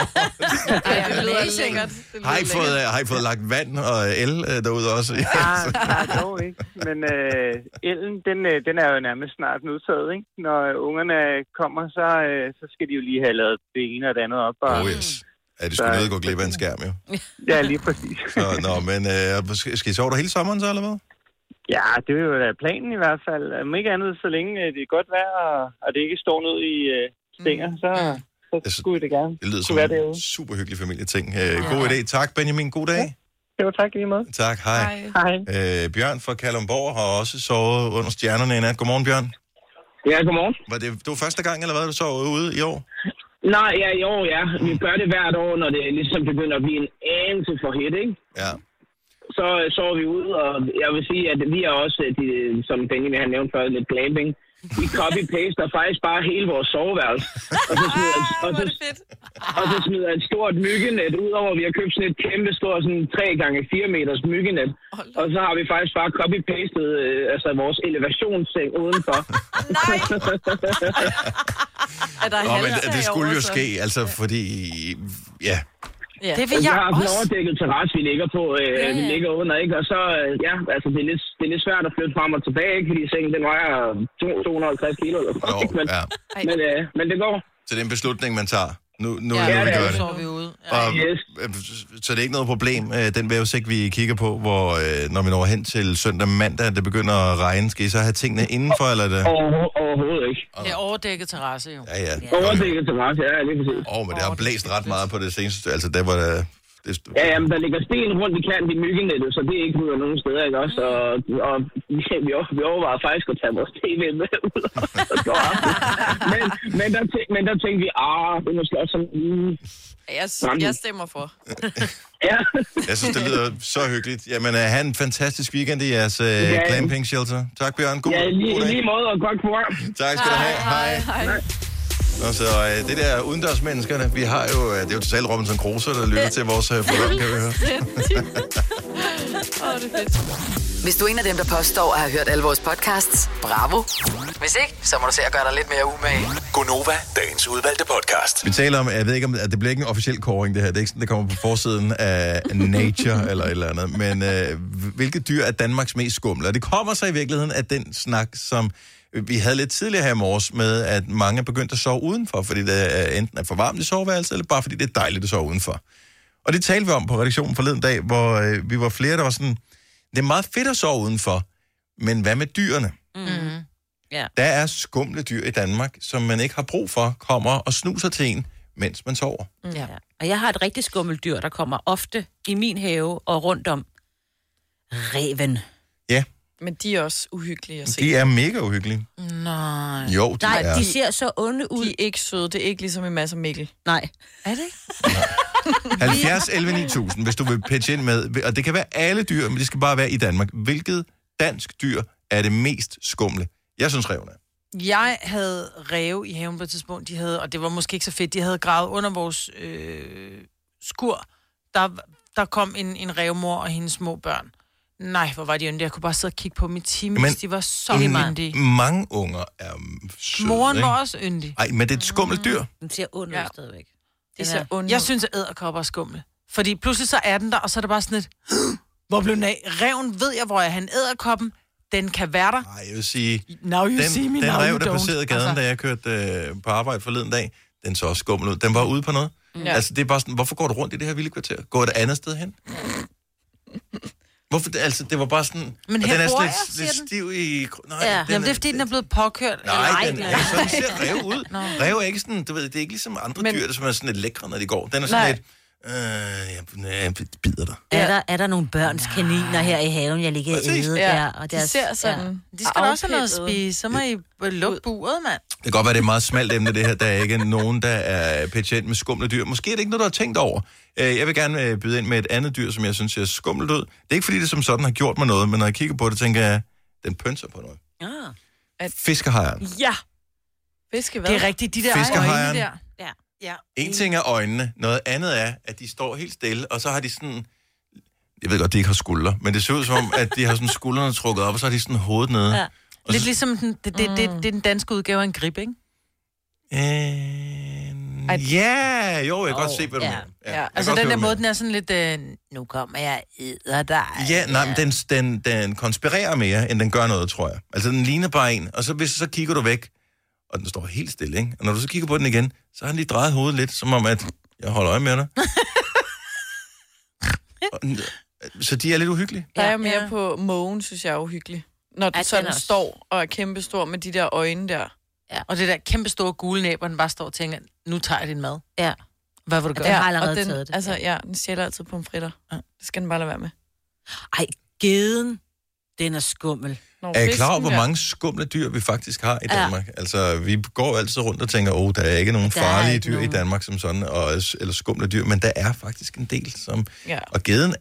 C: det lyder sikkert.
A: Har I fået lagt vand og el derude også?
J: Nej, dog ikke. Men ellen, den er jo nærmest snart udtaget, ikke? Når ungerne kommer, så skal de jo lige have lavet det ene og det andet op. Og,
A: yes. Ja, det skulle nødt gå glip af en skærm, jo.
J: Ja, lige præcis.
A: Men skal I sove der hele sommeren så, eller hvad?
J: Ja, det vil jo være planen i hvert fald. Om ikke andet, så længe det er godt vejr, og det ikke står ned i stænger, så skulle det gerne.
A: Det lyder som en super hyggelig familieting. God idé. Tak, Benjamin. God dag.
J: Ja. Jo, tak lige meget.
A: Tak, hej. Bjørn fra Kalundborg har også sovet under stjernerne i nat. Godmorgen, Bjørn.
K: Ja, godmorgen.
A: Det var første gang, eller hvad, du sov ude i år?
K: Nej, ja, i år, ja. Vi gør det hvert år, når det ligesom begynder at blive en anelse for hit, ikke?
A: Ja.
K: Så sover vi ud, og jeg vil sige, at vi er også, som Benjamin har nævnt før, lidt glamping. Vi copy-paster faktisk bare hele vores soveværelse. Og så smider et stort myggenet ud over. Vi har købt sådan et kæmpe stort, sådan 3x4 meters myggenet. Og så har vi faktisk bare copy-pastet vores elevationsseng udenfor.
C: Nej!
A: Men det skulle jo ske, altså fordi... Ja.
C: Ja. Det vil jeg
K: har
C: også.
K: En overdækket terrasse, vi ligger på, vi ligger under, ikke? Og så, det er lidt svært at flytte frem og tilbage, ikke? Fordi sengen, den vejer 250 kilo eller sådan, men det går.
A: Så det er en beslutning, man tager. Nu
C: vi gør det. Så vi ude.
A: Så det er ikke noget problem, den vævesæk, vi kigger på, hvor når vi når hen til søndag mandag, det begynder at regne. Skal I så have tingene indenfor, eller det?
K: Overhovedet ikke.
C: Det er overdækket terrasse, jo.
A: Ja.
K: Overdækket terrasse, ja, lige præcis.
A: Men det har blæst ret meget på det seneste. Altså, der var der...
K: Jamen, der ligger sten rundt i kanten i myggenettet, så det ikke ryger nogen steder, ikke også? Og vi overvejer faktisk at tage vores tv med ud og gå op. Men der tænkte vi, det er måske også sådan...
D: Jeg stemmer for.
K: Ja.
A: Jeg synes, det lyder så hyggeligt. Jamen, have en fantastisk weekend i jeres glamping shelter. Tak, Bjørn. God dag.
K: Lige måde, og godt program.
A: Tak skal du have. Hej. Og så det der udendørsmenneskerne, vi har jo, det er jo totalt Robinson Crusoe, der lytter til vores program, kan vi høre.
D: Det er fedt.
E: Hvis du er en af dem, der påstår at have hørt alle vores podcasts, bravo. Hvis ikke, så må du se at gøre dig lidt mere umage.
F: Gonova, dagens udvalgte podcast.
A: Vi taler om, jeg ved ikke om, at det bliver ikke en officiel kåring, det her. Det er ikke sådan, det kommer på forsiden af Nature eller et eller andet. Men hvilket dyr er Danmarks mest skumle? Og det kommer så i virkeligheden af den snak, som vi havde lidt tidligere her i morges med, at mange er begyndt at sove udenfor, fordi det enten er for varmt i soveværelset, eller bare fordi det er dejligt at sove udenfor. Og det talte vi om på redaktionen forleden dag, hvor vi var flere, der var sådan, det er meget fedt at sove udenfor, men hvad med dyrene?
B: Mm-hmm. Yeah.
A: Der er skumle dyr i Danmark, som man ikke har brug for, kommer og snuser til en, mens man sover.
B: Ja. Og jeg har et rigtig skummelt dyr, der kommer ofte i min have og rundt om. Ræven.
A: Ja.
D: Men de er også uhyggelige at se.
A: De er mega uhyggelige.
C: Nej.
A: Jo, de er.
B: De ser så onde ud.
D: De er ikke søde. Det er ikke ligesom en masse Mikkel.
B: Nej.
C: Er det ikke?
A: 70 11 9000, hvis du vil pitche ind med. Og det kan være alle dyr, men det skal bare være i Danmark. Hvilket dansk dyr er det mest skumle? Jeg synes ræven er.
C: Jeg havde ræve i haven på et tidspunkt. Og det var måske ikke så fedt, de havde gravet under vores skur. Der kom en rævemor og hendes små børn Nej, hvor var de yndige. Jeg kunne bare sidde og kigge på mit team, hvis de var så yndige.
A: Mange unger er søde,
C: Moren
A: ikke?
C: var også yndig.
A: Ej, men det er et skummelt dyr.
B: Den ser ond ud stadigvæk.
C: De ser onde. Jeg synes, at edderkopper er skummel. Fordi pludselig så er den der, og så er det bare sådan et... Hvor blev den af? Reven ved jeg, hvor jeg han edderkoppen. Den kan være der.
A: Nej, jeg vil sige...
C: Now you see me,
A: den
C: now
A: rev,
C: you
A: der
C: don't.
A: passerede gaden, da jeg kørte på arbejde forleden dag, den så også skummel ud. Den var ude på noget. Ja. Altså, det er bare sådan, hvorfor går du rundt i det her vilde kvarter? Går det andet sted hen? Hvorfor? Altså, det var bare sådan...
C: Men
A: og
C: her
A: den er
C: bor
A: sådan
C: jeg,
A: lidt stiv i... Nej,
C: Jamen, det er fordi, den er blevet påkørt.
A: Nej, sådan ser rev ud. Rev er ikke sådan, du ved, det er ikke ligesom andre dyr, som er sådan lidt lækre, når de går. Den er sådan lidt... jeg bider dig.
B: Er der nogle børns kaniner her i haven, jeg ligger i æde der? Og
D: de ser sådan...
C: De skal også have noget at spise. Så må I lukke buret, mand.
A: Det kan godt være, det er et meget smalt emne, det her. Der er ikke nogen, der er patient med skumle dyr. Måske er det ikke noget, du har tænkt over. Jeg vil gerne byde ind med et andet dyr, som jeg synes ser skummelt ud. Det er ikke, fordi det som sådan har gjort mig noget, men når jeg kigger på det, tænker jeg, den pønser på noget. Fiskehejren.
B: Ja.
C: Det er rigtigt, de der øjne der. Ja.
A: En ting er øjnene, noget andet er, at de står helt stille, og så har de sådan... Jeg ved godt, de ikke har skuldre, men det ser ud som om, at de har sådan skuldrene trukket op, og så har de sådan hovedet nede.
C: Ja. Lidt ligesom det er den danske udgave af en grib, ikke?
A: Ja, jo, jeg kan godt se, hvad du mener.
C: Ja. Altså den der måde, den er sådan lidt, nu kommer jeg æder dig.
A: Ja, nej, men den konspirerer mere, end den gør noget, tror jeg. Altså, den ligner bare en, og så kigger du væk, og den står helt stille, ikke? Og når du så kigger på den igen, så har den lige drejet hovedet lidt, som om, at jeg holder øje med dig. Så de er lidt uhyggelige.
D: Der er jo mere på mågen, synes jeg er uhyggelig. Når den sådan står og er kæmpestor med de der øjne der.
C: Ja. Og det der kæmpestore gule næb, hvor den bare står og tænker, nu tager jeg din mad.
B: Ja.
C: Hvad vil du gøre?
B: Den har allerede
D: og den,
B: taget det.
D: Altså, den stjæler altid pomfritter. Ja. Det skal den bare lade være med.
B: Ej, geden, den er skummel.
A: Er I klar over, hvor mange skumle dyr vi faktisk har i Danmark? Altså, vi går altid rundt og tænker, der er ikke nogen farlige dyr i Danmark som sådan, eller skumle dyr, men der er faktisk en del, som... Ja. Og geden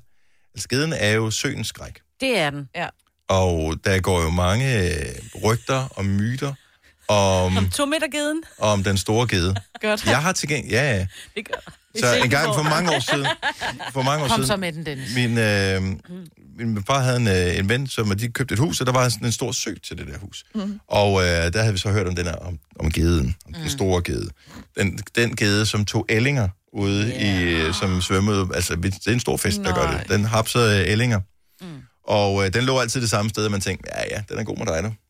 A: er jo søens skræk.
B: Det er den. Ja.
A: Og der går jo mange rygter og myter om
B: 2-meter-geden.
A: Om den store gede.
D: Godt.
A: Jeg har til gengæld... Ja.
B: Det gør.
A: Så en gang for mange år siden...
C: Kom så med den, Dennis.
A: Min far havde en ven, som de købte et hus, og der var sådan en stor sø til det der hus. Og der havde vi så hørt om den her, om geden, om den store gede. Den gede, som tog ællinger ude i, som svømmede, altså det er en stor fisk, der gør det. Den hapsede ællinger. Og den lå altid det samme sted, og man tænkte, ja, den er god med dig nu.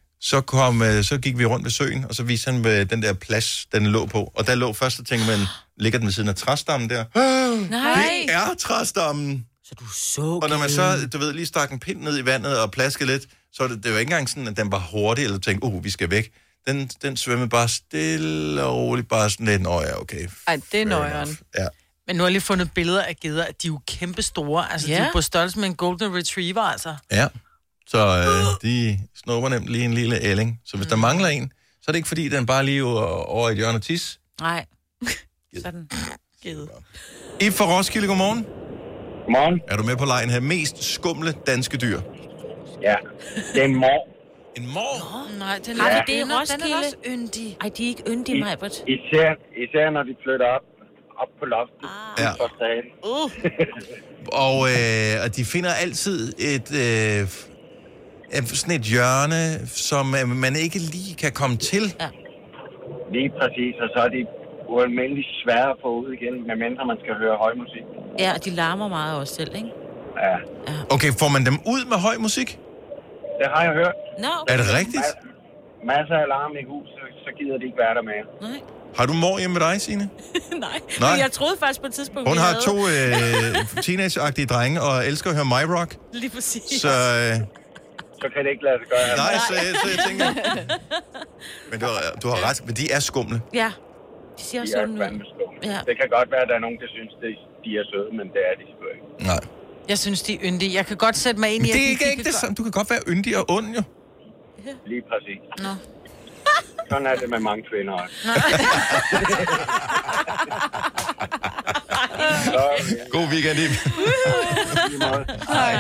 A: Så gik vi rundt ved søen, og så viste han den der plads, den lå på. Og der lå først, så tænkte man, ligger den ved siden af træstammen der?
B: Nej.
A: Det er træstammen!
B: Så du så
A: og når man så, lige stak en pind ned i vandet og plaskede lidt, så det var ikke engang sådan, at den var hurtig, eller du tænkte, vi skal væk. Den svømmede bare stille og roligt, bare sådan lidt, okay.
D: Ej, det er nøjeren.
A: Ja.
C: Men nu har jeg lige fundet billeder af geder, at de er jo kæmpe store. Altså, de er på størrelse med en golden retriever, altså.
A: Ja, så de snupper nemt lige en lille ælling. Så hvis der mangler en, så er det ikke fordi, den bare lige over et hjørne og tis.
B: Nej. Sådan.
C: Gede.
A: Ib fra Roskilde, godmorgen.
L: Godmorgen.
A: Er du med på lejen her? Mest skumle danske dyr?
L: Ja, det er en mor.
A: En mor?
C: Nej, den
B: har vi det i Roskilde?
C: Den er også yndig.
B: Ej, de er ikke yndige, Majbert.
L: Især når de flytter op på loftet.
A: Ja. Og de finder altid sådan et hjørne, som man ikke lige kan komme til.
B: Ja.
L: Lige præcis, og så er de ualmindeligt svære at få ud igen, medmindre man skal høre høj musik.
B: Ja, og de larmer meget også selv, ikke?
L: Ja.
A: Okay, får man dem ud med høj musik?
L: Det har jeg hørt.
B: No.
A: Er det rigtigt?
L: Masser af larm i huset, så gider de ikke være der mere.
B: Nej.
A: Har du mor hjemme med dig, Signe?
B: Nej, men jeg troede faktisk på et tidspunkt,
A: hun har 2 teenage-agtige drenge, og elsker at høre My Rock.
B: Lige præcis.
L: Så kan det ikke lade sig gøre.
A: Nej, så jeg tænker... Men du har ret, men de er skumle.
B: Ja, de siger også sådan ud.
L: Ja. Det kan godt være, at der er nogen, der synes, de er søde, men det er de sgu ikke.
A: Nej.
C: Jeg synes, de er yndige. Jeg kan godt sætte mig ind i,
A: at det er ikke det samme. Du kan godt være yndig og ond, jo.
L: Lige præcis.
C: Nå.
L: Sådan er det med mange kvinder også.
A: God weekend, Ib.
B: Hej.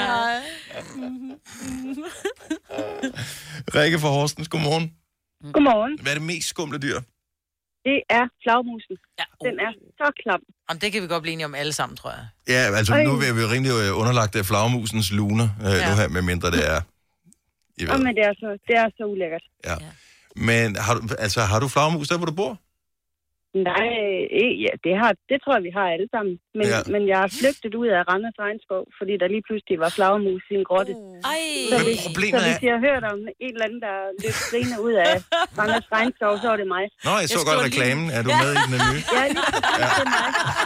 A: Rikke fra Horsens, godmorgen.
I: Godmorgen.
A: Hvad er det mest skumle dyr?
I: Det er flagmusen. Ja. Den er så klam.
C: Jamen, det kan vi godt blive enige om alle sammen, tror jeg.
A: Ja, altså nu er vi rimelig underlagt af flagmusens luner, nu her, med mindre det er...
I: Men det er så ulækkert.
A: Ja. Men har du flagmus der, hvor du bor?
I: Nej, ja, det tror jeg, vi har alle sammen. Men jeg er flygtet ud af Randers Regnskov, fordi der lige pludselig var flagermus i en grotte.
A: Men problemet
I: så hvis jeg har hørt om en eller anden, der løb skrigende ud af Randers Regnskov, så var det mig.
A: Nå, jeg så godt reklamen. Er du med i den nye?
I: Ja, lige det er mig.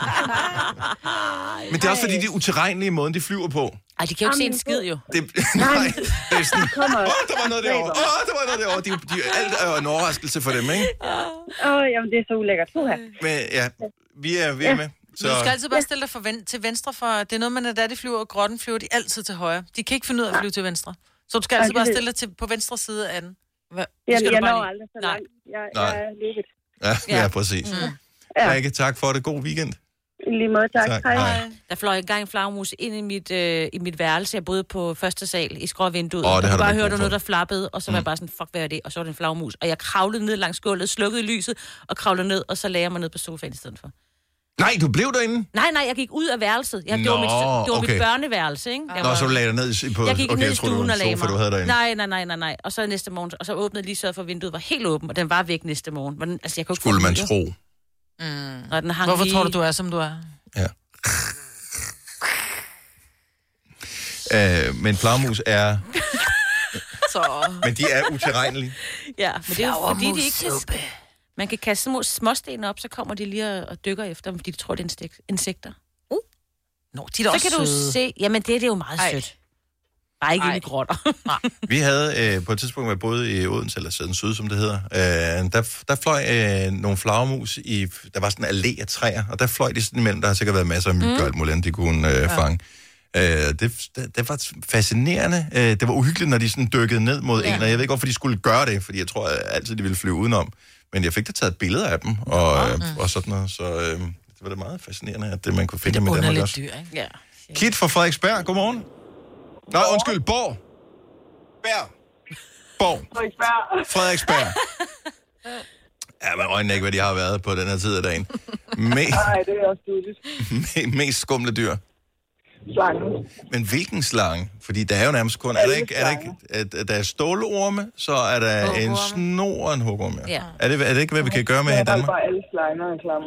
A: Men det er også fordi, de er utilregnelige i måden, de flyver på.
B: Ej, de kan jo ikke se en skid, jo.
A: Nej, det er sådan, der var noget derovre. Alt er jo en overraskelse for dem, ikke?
I: Jamen, det er så ulækkert.
A: Men ja, vi er med.
C: Så... Du skal altid bare stille dig til venstre, for det er noget, man da de flyver, og grotten flyver de altid til højre. De kan ikke finde ud af at flyve til venstre. Så du skal altid bare stille dig på venstre side af den.
I: Jeg når aldrig så langt. Jeg er lykket.
A: Ja, præcis. Rikke, tak for det. God weekend.
I: I lige måde, tak. Hej.
B: Der fløj engang en flagmus ind i mit værelse. Jeg boede på første sal i skråvinduet.
A: Og
B: jeg bare hørte noget, der flappede, og så var jeg bare sådan, fuck, hvad er det? Og så var det en flagmus. Og jeg kravlede ned langs gulvet, slukkede lyset, og kravlede ned, og så lagde jeg mig ned på sofaen i stedet for.
A: Nej, du blev derinde?
B: Nej, jeg gik ud af værelset. Det var mit børneværelse, ikke?
A: Så du lagde dig ned på...
B: Jeg gik ned i stuen og lagde
A: mig.
B: Nej. Og så næste morgen, og så åbnede lige så for vinduet var helt åbent, og den var væk næste morgen. Jeg kunne
A: skulle man tro.
C: Hvorfor tror du er, som du er?
A: Ja. Men flagmus er... Men de er utilregnelige.
B: Ja, men det er jo fordi, de ikke kan... Man kan kaste småsten op, så kommer de lige og dykker efter dem, fordi de tror, det er insekter.
C: Nå, de er da også
B: så kan du se... Jamen, det er jo meget sødt. Bare ikke inde i grotter.
A: Vi havde på et tidspunkt, hvor jeg boede i Odense, eller Sæden Syd, som det hedder, der fløj nogle flagermus i... Der var sådan en allé af træer, og der fløj de sådan imellem. Der har sikkert været masser af myg og alt muligt, de kunne fange. Det var fascinerende. Det var uhyggeligt, når de sådan dykkede ned mod en, og jeg ved ikke, hvorfor de skulle gøre det, fordi jeg tror altid, de ville flyve udenom. Men jeg fik da taget billeder af dem, og sådan noget, så det var da meget fascinerende, at det man kunne finde med dem også.
C: Dyr, ikke? Ja.
A: Kit fra Frederiksberg, godmorgen. Nej, undskyld, Borg. Frederiksberg. Ja, man øjner ikke, hvad de har været på den her tid af dagen.
M: Nej, det er også tydeligt.
A: Mest skumle dyr.
M: Slangen.
A: Men hvilken slange? Fordi der er jo nærmest kun... Er der er stålorme, så er der en snor og en hugorm. Ja. Er det ikke, hvad vi kan gøre med i Danmark?
M: Det er bare alle slanger og klamme.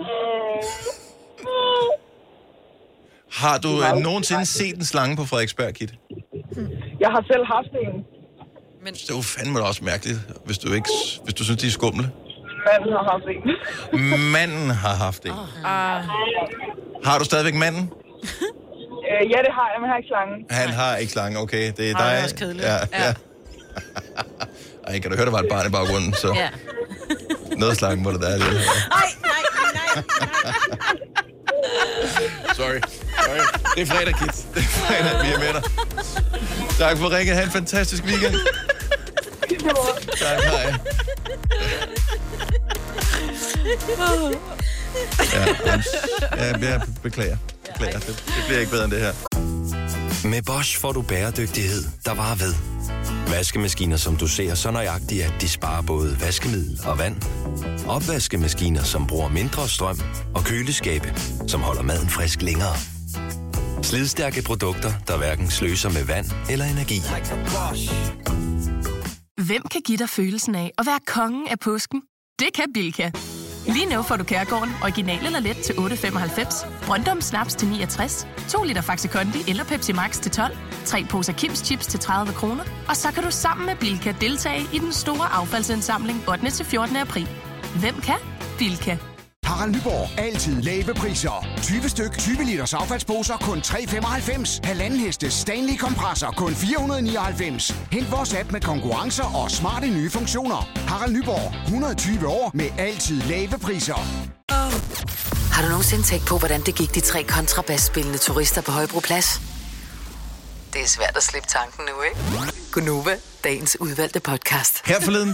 A: Har du nogensinde set en slange på Frederiksberg, Kit?
M: Jeg har selv haft en.
A: Men... Det er jo fandme også mærkeligt, hvis du synes, de er skumle.
M: Manden har haft en.
A: Manden har haft en. Har du stadigvæk manden?
M: Ja, det har jeg, men jeg har ikke slangen.
A: Han har ikke slangen, okay. Det er dig.
C: Det er også kedeligt.
A: Ja. Ej, kan du høre, der var et barn i baggrunden, så... Ja. Noget slangen må det der.
B: Nej.
A: Sorry. Det er fredag, Kit. Det er fredag, vi er med dig. Tak for Rikke. Ha' en fantastisk weekend. Tak, hej. Jeg beklager. Det bliver ikke bedre end det her.
N: Med Bosch får du bæredygtighed, der varer ved. Vaskemaskiner, som du ser så nøjagtigt, at de sparer både vaskemiddel og vand. Opvaskemaskiner, som bruger mindre strøm. Og køleskabe, som holder maden frisk længere. Slidstærke produkter, der hverken sløser med vand eller energi.
O: Hvem kan give dig følelsen af at være kongen af påsken? Det kan Bilka. Lige nu får du Kærgården original eller let til 8,95, Brøndum Snaps til 69, 2 liter Faxi Kondi eller Pepsi Max til 12, 3 poser Kims Chips til 30 kroner, og så kan du sammen med Bilka deltage i den store affaldsindsamling 8. til 14. april. Hvem kan? Bilka.
H: Harald Nyborg. Altid lave priser. 20 styk, 20 liters affaldsposer kun 3,95. Halvanden heste Stanley kompresser kun 499. Hent vores app med konkurrencer og smarte nye funktioner. Harald Nyborg. 120 år med altid lave priser.
E: Har du nogensinde tænkt på, hvordan det gik de 3 kontrabasspillende turister på Højbroplads? Det er svært at slippe tanken nu, ikke? Gunova, dagens udvalgte podcast.
A: Her forleden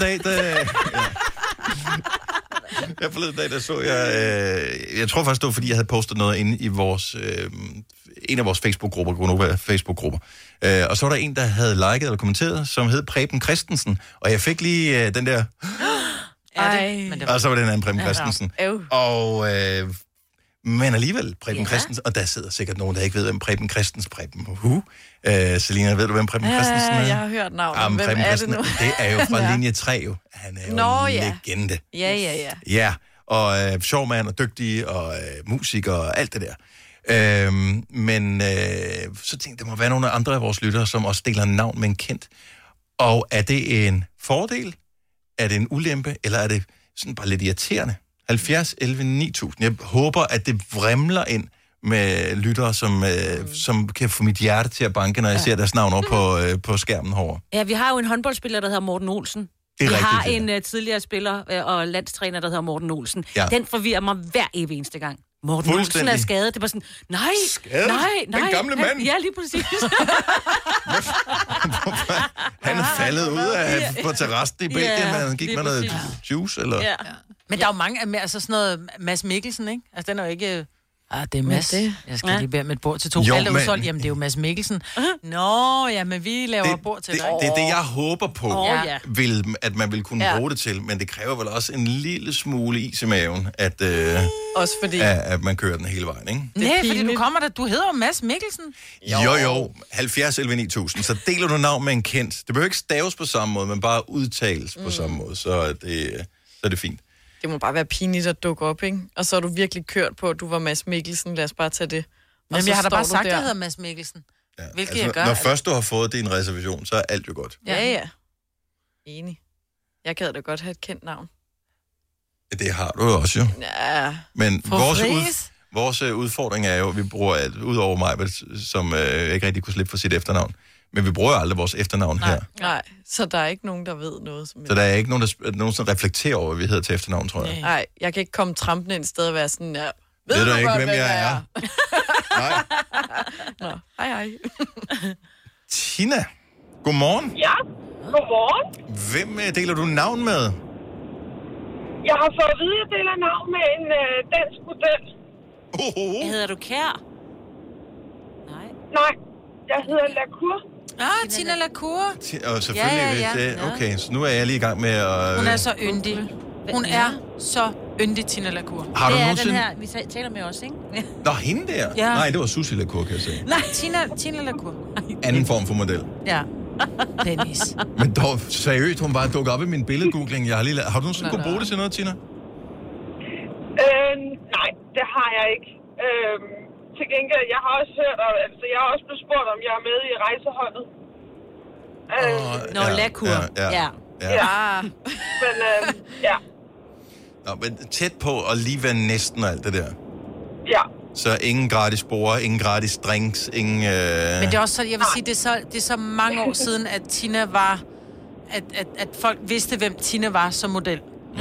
A: dag, der så jeg tror faktisk, det var, fordi jeg havde postet noget inde i vores, en af vores Facebook-grupper, Gunova Facebook-grupper. Og så var der en, der havde liket eller kommenteret, som hed Preben Christensen. Og jeg fik lige den der...
C: Men det var...
A: Og så var det en anden Preben Christensen. Og... men alligevel, Preben Christensen, og der sidder sikkert nogen, der ikke ved, hvem Preben Christensen Selina, ved du, hvem Preben Christensen er?
D: Jeg har hørt navnet. Hvem er det nu?
A: Det er jo fra linje 3, jo. Han er jo en legende. Ja, og sjov mand og dygtig, og musiker og alt det der. Men så tænkte jeg, der må være nogle andre af vores lyttere, som også deler navn med en kendt. Og er det en fordel? Er det en ulempe? Eller er det sådan bare lidt irriterende? 70, 11, 9000. Jeg håber, at det vrimler ind med lyttere, som kan få mit hjerte til at banke, når jeg ser deres navn over på skærmen herovre.
B: Ja, vi har jo en håndboldspiller, der hedder Morten Olsen. Vi har en tidligere spiller og landstræner, der hedder Morten Olsen. Ja. Den forvirrer mig hver evig eneste gang. Morten Olsen er skadet. Det var sådan, nej.
A: Den gamle mand.
B: Ja, lige præcis.
A: Han er faldet ud på terrassen i Belgien, men han gik med noget juice, eller... Ja.
C: Men der er jo mange, altså sådan noget Mads Mikkelsen, ikke? Altså, den er jo ikke... det er Mads. Jeg skal lige bære med et bord til 2. Alt er udsolgt. Jamen, det er jo Mads Mikkelsen. Nå, ja, men vi laver bord til dig.
A: Det er det, jeg håber på, at man vil kunne bruge det til. Men det kræver vel også en lille smule is i maven,
D: også fordi...
A: at man kører den hele vejen, ikke?
C: Nej, fordi du kommer der. Du hedder jo Mads Mikkelsen.
A: Jo. 70 11 9000. Så deler du navn med en kendt. Det behøver ikke staves på samme måde, men bare udtales på samme måde. Så er det fint.
D: Det må bare være pinligt at dukke op, ikke? Og så har du virkelig kørt på, at du var Mads Mikkelsen. Lad os bare tage det.
C: Men jeg har da bare sagt, at jeg hedder Mads Mikkelsen. Ja, hvilket jeg gør.
A: Når først du har fået din reservation, så er alt jo godt.
D: Ja. Enig. Jeg gad da godt have et kendt navn.
A: Det har du jo også, jo.
D: Ja.
A: Men vores udfordring er jo, at vi bruger alt, udover mig, som ikke rigtig kunne slippe for sit efternavn. Men vi bruger aldrig vores efternavn her.
D: Nej, så der er ikke nogen, der ved noget.
A: Så der er ikke nogen, der nogensinde reflekterer over, hvad vi hedder til efternavn, tror jeg.
D: Nej, jeg kan ikke komme trampende et sted og være sådan,
A: ved du ikke, hvem jeg er? Nej.
D: Nå, hej.
A: Tina, godmorgen.
M: Ja, godmorgen.
A: Hvem deler du navn med?
M: Jeg har fået at vide, at jeg deler navn med en dansk model.
B: Hedder du Kjær?
M: Nej, jeg hedder Lacour.
C: Tina Lacour.
A: Og selvfølgelig det. Okay, så nu er jeg lige i gang med at...
C: Hun er så yndig. Hun er så yndig, Tina Lacour.
A: Har du
B: nogensinde... den her, vi taler med os, ikke?
A: Nå, hende der?
C: Ja.
A: Nej, det var Susie Lacour, kan jeg sige.
C: Nej, Tina Lacour.
A: Anden form for model.
C: Ja. Dennis.
A: Men dog, seriøst, hun bare dukker op i min billedgoogling. Har du nogensinde kunne bruge det til noget, Tina?
M: Nej, det har jeg ikke. Til gengæld, jeg har også hørt, jeg har også blevet spurgt, om jeg er med i rejseholdet.
B: Lacour.
A: Ja.
M: Men, ja.
A: Nå, men tæt på at lige være næsten alt det der.
M: Ja.
A: Så ingen gratis bord, ingen gratis drinks, ingen...
C: Men det er også så, jeg vil sige, det er så mange år siden, at Tina var... At folk vidste, hvem Tina var som model.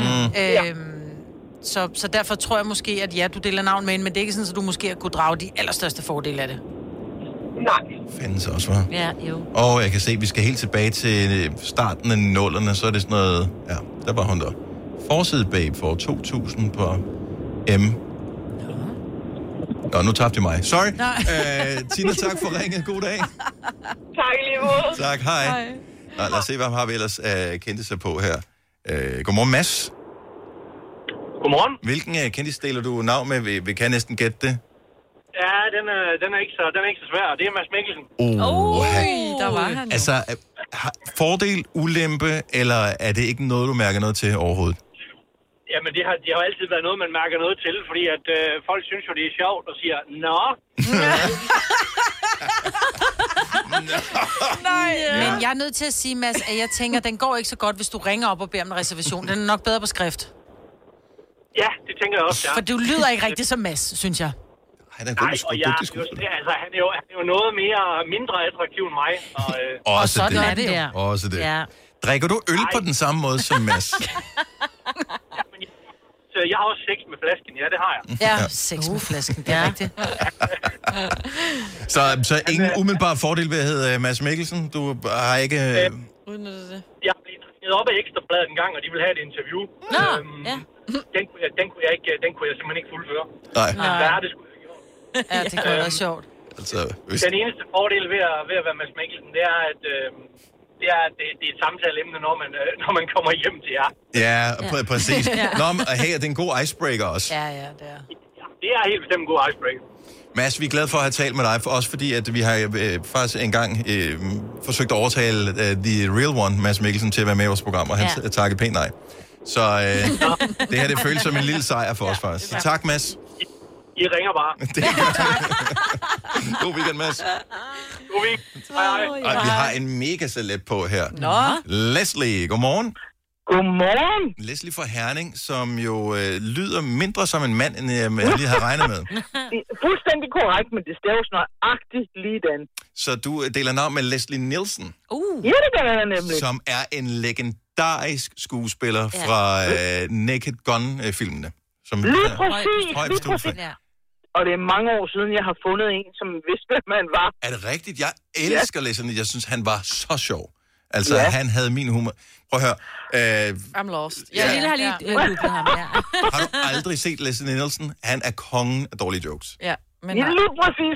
C: Så derfor tror jeg måske, at du deler navn med hende, men det er ikke sådan, at du måske kunne drage de allerstørste fordele af det.
M: Nej.
A: Findes også, hva'?
B: Ja, jo.
A: Og jeg kan se, at vi skal helt tilbage til starten af 00'erne, så er det sådan noget... Ja, der var hun der. Forside babe for 2000 på M. Nå, nu tabte jeg mig. Sorry. Tina, tak for ringet. God dag.
M: Tak lige måde.
A: Tak, hej. Nå, lad os se, hvad har vi ellers kendte sig på her. Godmorgen, Mads.
P: Godmorgen.
A: Hvilken kendis deler du navn med? Vi kan næsten gætte det.
P: Ja, den er ikke så svær. Det er Mads Mikkelsen.
D: Der var han jo.
A: Altså, fordel, ulempe, eller er det ikke noget, du mærker noget til overhovedet?
P: Jamen, det har jo altid været noget, man mærker noget til, fordi at folk synes jo, det er sjovt og siger, nå.
C: Nej. Men jeg er nødt til at sige, Mads, at jeg tænker, den går ikke så godt, hvis du ringer op og beder om en reservation. Den er nok bedre på skrift.
P: Ja, det tænker jeg også, ja.
C: For du lyder ikke rigtig som Mads, synes jeg.
A: Han er en god skuespiller.
P: Altså, han er jo noget mindre attraktiv end mig.
A: Og
C: sådan det. Er det jo.
A: Også det.
B: Ja.
A: Drikker du øl på den samme måde som Mads?
P: Så jeg har også sex med flasken, ja, det har jeg.
C: Ja, sex med flasken, det er rigtigt.
A: Så ingen umiddelbar fordel ved at hedde Mads Mikkelsen? Du har ikke...
D: Udnyttet det?
P: Jeg blev trænet op af Ekstrabladet en gang, og de ville have et interview.
B: Nå,
P: Den kunne jeg simpelthen ikke fuldføre.
A: Nej.
P: Men hvad er det sgu ikke gjort?
C: Ja, det kunne være sjovt.
A: Altså,
P: Den eneste fordel ved at være Mads Mikkelsen, det er, at det er et samtaleemne, når man kommer hjem til jer.
A: Ja, præcis. Nå, og hey, det er en god icebreaker også.
C: Ja, det er.
P: Det er helt bestemt en god icebreaker.
A: Mads, vi er glade for at have talt med dig, også fordi at vi har faktisk engang forsøgt at overtale The Real One, Mads Mikkelsen, til at være med i vores program, og han takkede pænt nej. Så det her, det føles som en lille sejr for os faktisk. Tak, Mads.
P: I ringer bare.
A: Det er godt. God weekend, Mads.
P: God weekend. Hej.
A: Og vi har en mega celeb på her.
Q: Nå.
A: Leslie, godmorgen.
Q: Godmorgen.
A: Leslie fra Herning, som jo lyder mindre som en mand, end jeg lige havde regnet med.
Q: Fuldstændig korrekt, men det staves nøjagtigt ligedan.
A: Så du deler navn med Leslie Nielsen.
Q: Ja, det gør jeg nemlig.
A: Som er en legendarisk skuespiller fra Naked Gun-filmene.
Q: Lige præcis. Og det er mange år siden, jeg har fundet en, som vidste, hvem man var.
A: Er det rigtigt? Jeg elsker Leslie. Jeg synes, han var så sjov. Altså, han havde min humor. Prøv at høre.
D: I'm lost.
B: Jeg har lige googlet ham,
A: Har du aldrig set Leslie Nielsen? Han er kongen af dårlige jokes.
D: Ja, men
Q: lige præcis.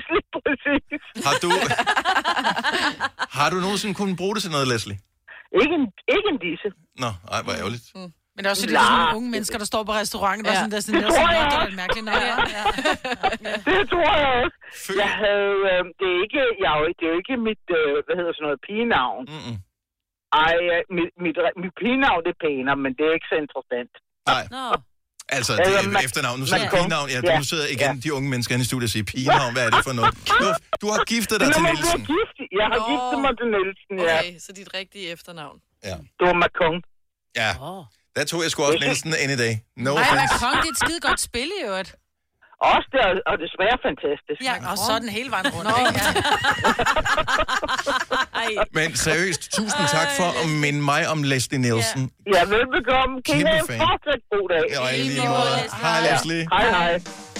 A: Har du nogensinde kunnet bruge det til noget, Leslie?
Q: Ikke en disse.
A: Nå, ej, hvor ærgerligt.
C: Men det er også fordi, der er sådan nogle unge mennesker, der står på restauranten, og sådan, det er mærkeligt.
Q: Det tror jeg også. Jeg havde, det er jo ikke mit, hvad hedder sådan noget, pigenavn. Ej, mit pigenavn, det er pænere, men det er ikke så interessant.
A: Nej. Altså, det er efternavn. Nu siger pigenavn. Ja, nu sidder igen de unge mennesker inde i studiet og siger, pigenavn, hvad er det for noget? Du har giftet dig til Nielsen.
Q: Jeg har giftet mig til Nielsen, ja.
D: Okay, så dit rigtige efternavn.
A: Ja.
Q: Det var Macron.
A: Ja. Der tog jeg sgu også Nielsen any day. No
C: offense.
A: offense.
C: Macron, det er et skide godt spil, i øvrigt.
Q: Også det, og det smager fantastisk.
C: Ja, og så den hele vejen rundt.
A: Men seriøst, tusind tak for at minde mig om Leslie Nielsen.
Q: Ja, velbekomme. Kan I have en fortsat god dag?
A: Ja, i lige måde. Hej, Leslie.
Q: Hej.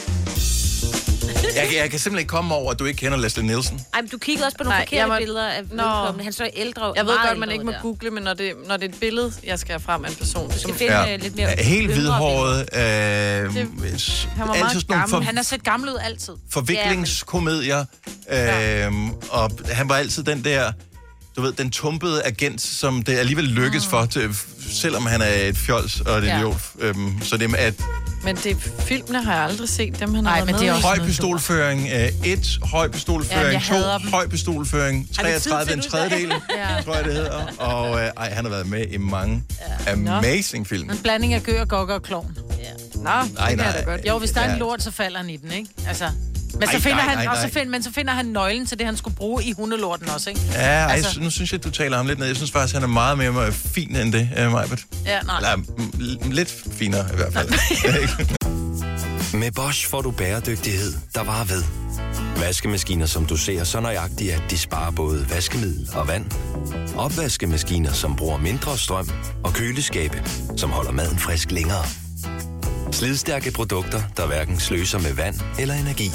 A: Jeg kan simpelthen ikke komme over, at du ikke kender Leslie Nielsen.
B: Ej, men du kigger også på nogle forkerte billeder af vedkommende. Han så ældre.
D: Jeg ved godt, man ikke må google, men når det er et billede, jeg skal have frem af en person.
B: Du skal finde lidt mere
A: helt hvidhåret.
C: Han var meget gammel. Han har set gammel ud altid.
A: Forviklingskomedier. Og han var altid den der, du ved, den tumpede agent, som det alligevel lykkes for, selvom han er et fjols og et idiot. Så det er
D: men filmene har jeg aldrig set, dem han har været med.
A: Det er høj pistolføring 1, høj pistolføring 2, høj pistolføring 33, en tredjedel, tror jeg det hedder. Og han har været med i mange amazing film.
C: En blanding af Gør, Gokker og Klovn.
A: Nej.
C: Jo, hvis der er en lort, så falder han i den, ikke? Altså... Men så finder han nøglen til det, han skulle bruge i hundelorten også, ikke?
A: Ja, altså... nu synes jeg, du taler ham lidt ned. Jeg synes faktisk, han er meget mere fin end det, Majbert.
C: Ja, nej.
A: Eller lidt finere i hvert fald.
N: Med Bosch får du bæredygtighed, der varer ved. Vaskemaskiner, som du ser så nøjagtigt, at de sparer både vaskemiddel og vand. Opvaskemaskiner, som bruger mindre strøm. Og køleskabe, som holder maden frisk længere. Slidstærke produkter, der hverken sløser med vand eller energi.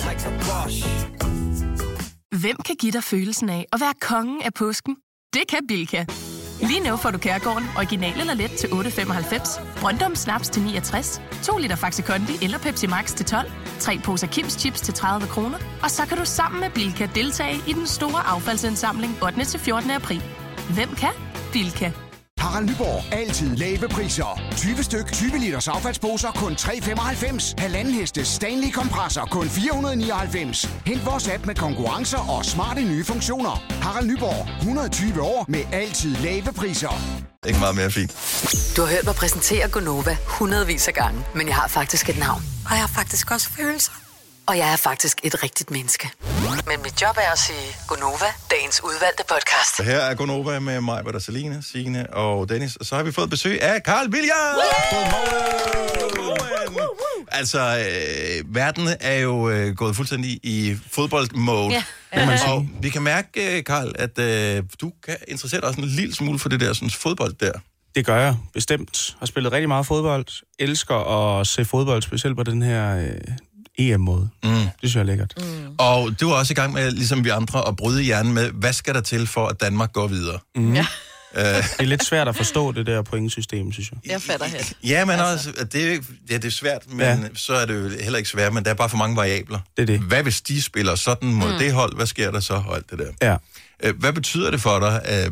O: Hvem kan give dig følelsen af at være kongen af påsken? Det kan Bilka. Lige nu får du Kærgården original eller let til 8,95, Brøndum Snaps til 69, 2 liter Faxi Kondi eller Pepsi Max til 12, 3 poser Kims Chips til 30 kroner, og så kan du sammen med Bilka deltage i den store affaldsindsamling 8. til 14. april. Hvem kan? Bilka.
H: Harald Nyborg. Altid lave priser. 20 styk, 20 liters affaldsposer kun 3,95. Halvanden heste Stanley kompresser kun 499. Hent vores app med konkurrencer og smarte nye funktioner. Harald Nyborg. 120 år med altid lave priser.
A: Ikke meget mere fint.
E: Du har hørt mig præsentere Gonova hundredvis af gange, men jeg har faktisk et navn. Og jeg har faktisk også følelser. Og jeg er faktisk et rigtigt menneske. Men mit job er at sige Gonova, dagens udvalgte podcast.
A: Her er Gonova med mig, Britta, Selina, Signe og Dennis. Og så har vi fået besøg af Carl William. Godmorgen. Altså, verden er jo gået fuldstændig i fodboldmode. Ja. Og vi kan mærke, Carl, at du kan interessere dig også en lille smule for det der sådan, fodbold der.
R: Det gør jeg, bestemt. Har spillet rigtig meget fodbold. Elsker at se fodbold, specielt på den her... EM-måde. Det synes jeg er lækkert.
A: Og du var også i gang med, ligesom vi andre, at bryde hjernen med, hvad skal der til for, at Danmark går videre?
D: Ja.
R: Det er lidt svært at forstå det der pointsystem, synes jeg.
D: Jeg fatter helt.
A: Ja, men også, det er svært, men så er det jo heller ikke svært, men der er bare for mange variabler.
R: Det er det.
A: Hvad hvis de spiller sådan mod det hold? Hvad sker der så? Og alt det der.
R: Ja.
A: Hvad betyder det for dig,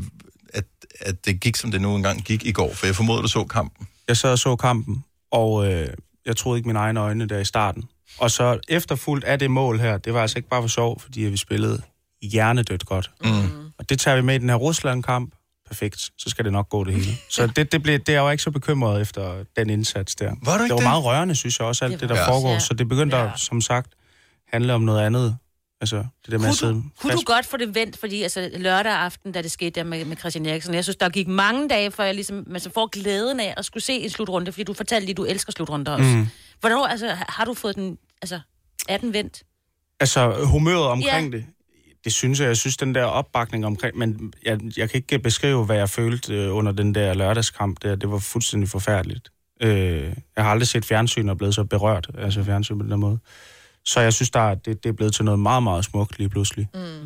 A: at det gik, som det nu engang gik i går? For jeg formoder, du så kampen.
R: Jeg sad og så kampen, og jeg troede ikke mine egne øjne der i starten. Og så efterfulgt af det mål her, det var altså ikke bare for sjov, fordi vi spillede hjernedødt godt. Og det tager vi med i den her Rusland-kamp. Perfekt, så skal det nok gå det hele. Så det er jeg jo ikke så bekymret efter den indsats der.
A: Var du ikke
R: det var meget rørende, synes jeg også, alt det der foregår. Ja. Så det begyndte at, som sagt, handle om noget andet. Altså, det der med at sidde
B: kunne du godt få det vendt, fordi altså, lørdag aften, da det skete der med Christian Eriksen, jeg synes, der gik mange dage, før jeg ligesom, man så får glæden af at skulle se en slutrunde, fordi du fortalte lige, du elsker slutrunder også. Hvornår, altså, har du fået den, altså, er den vendt?
R: Altså, humøret omkring det synes jeg synes, den der opbakning omkring, men jeg kan ikke beskrive, hvad jeg følte under den der lørdagskamp der. Det var fuldstændig forfærdeligt. Jeg har aldrig set fjernsyn og blevet så berørt, altså fjernsyn på den der måde. Så jeg synes, det er blevet til noget meget, meget smukt lige pludselig.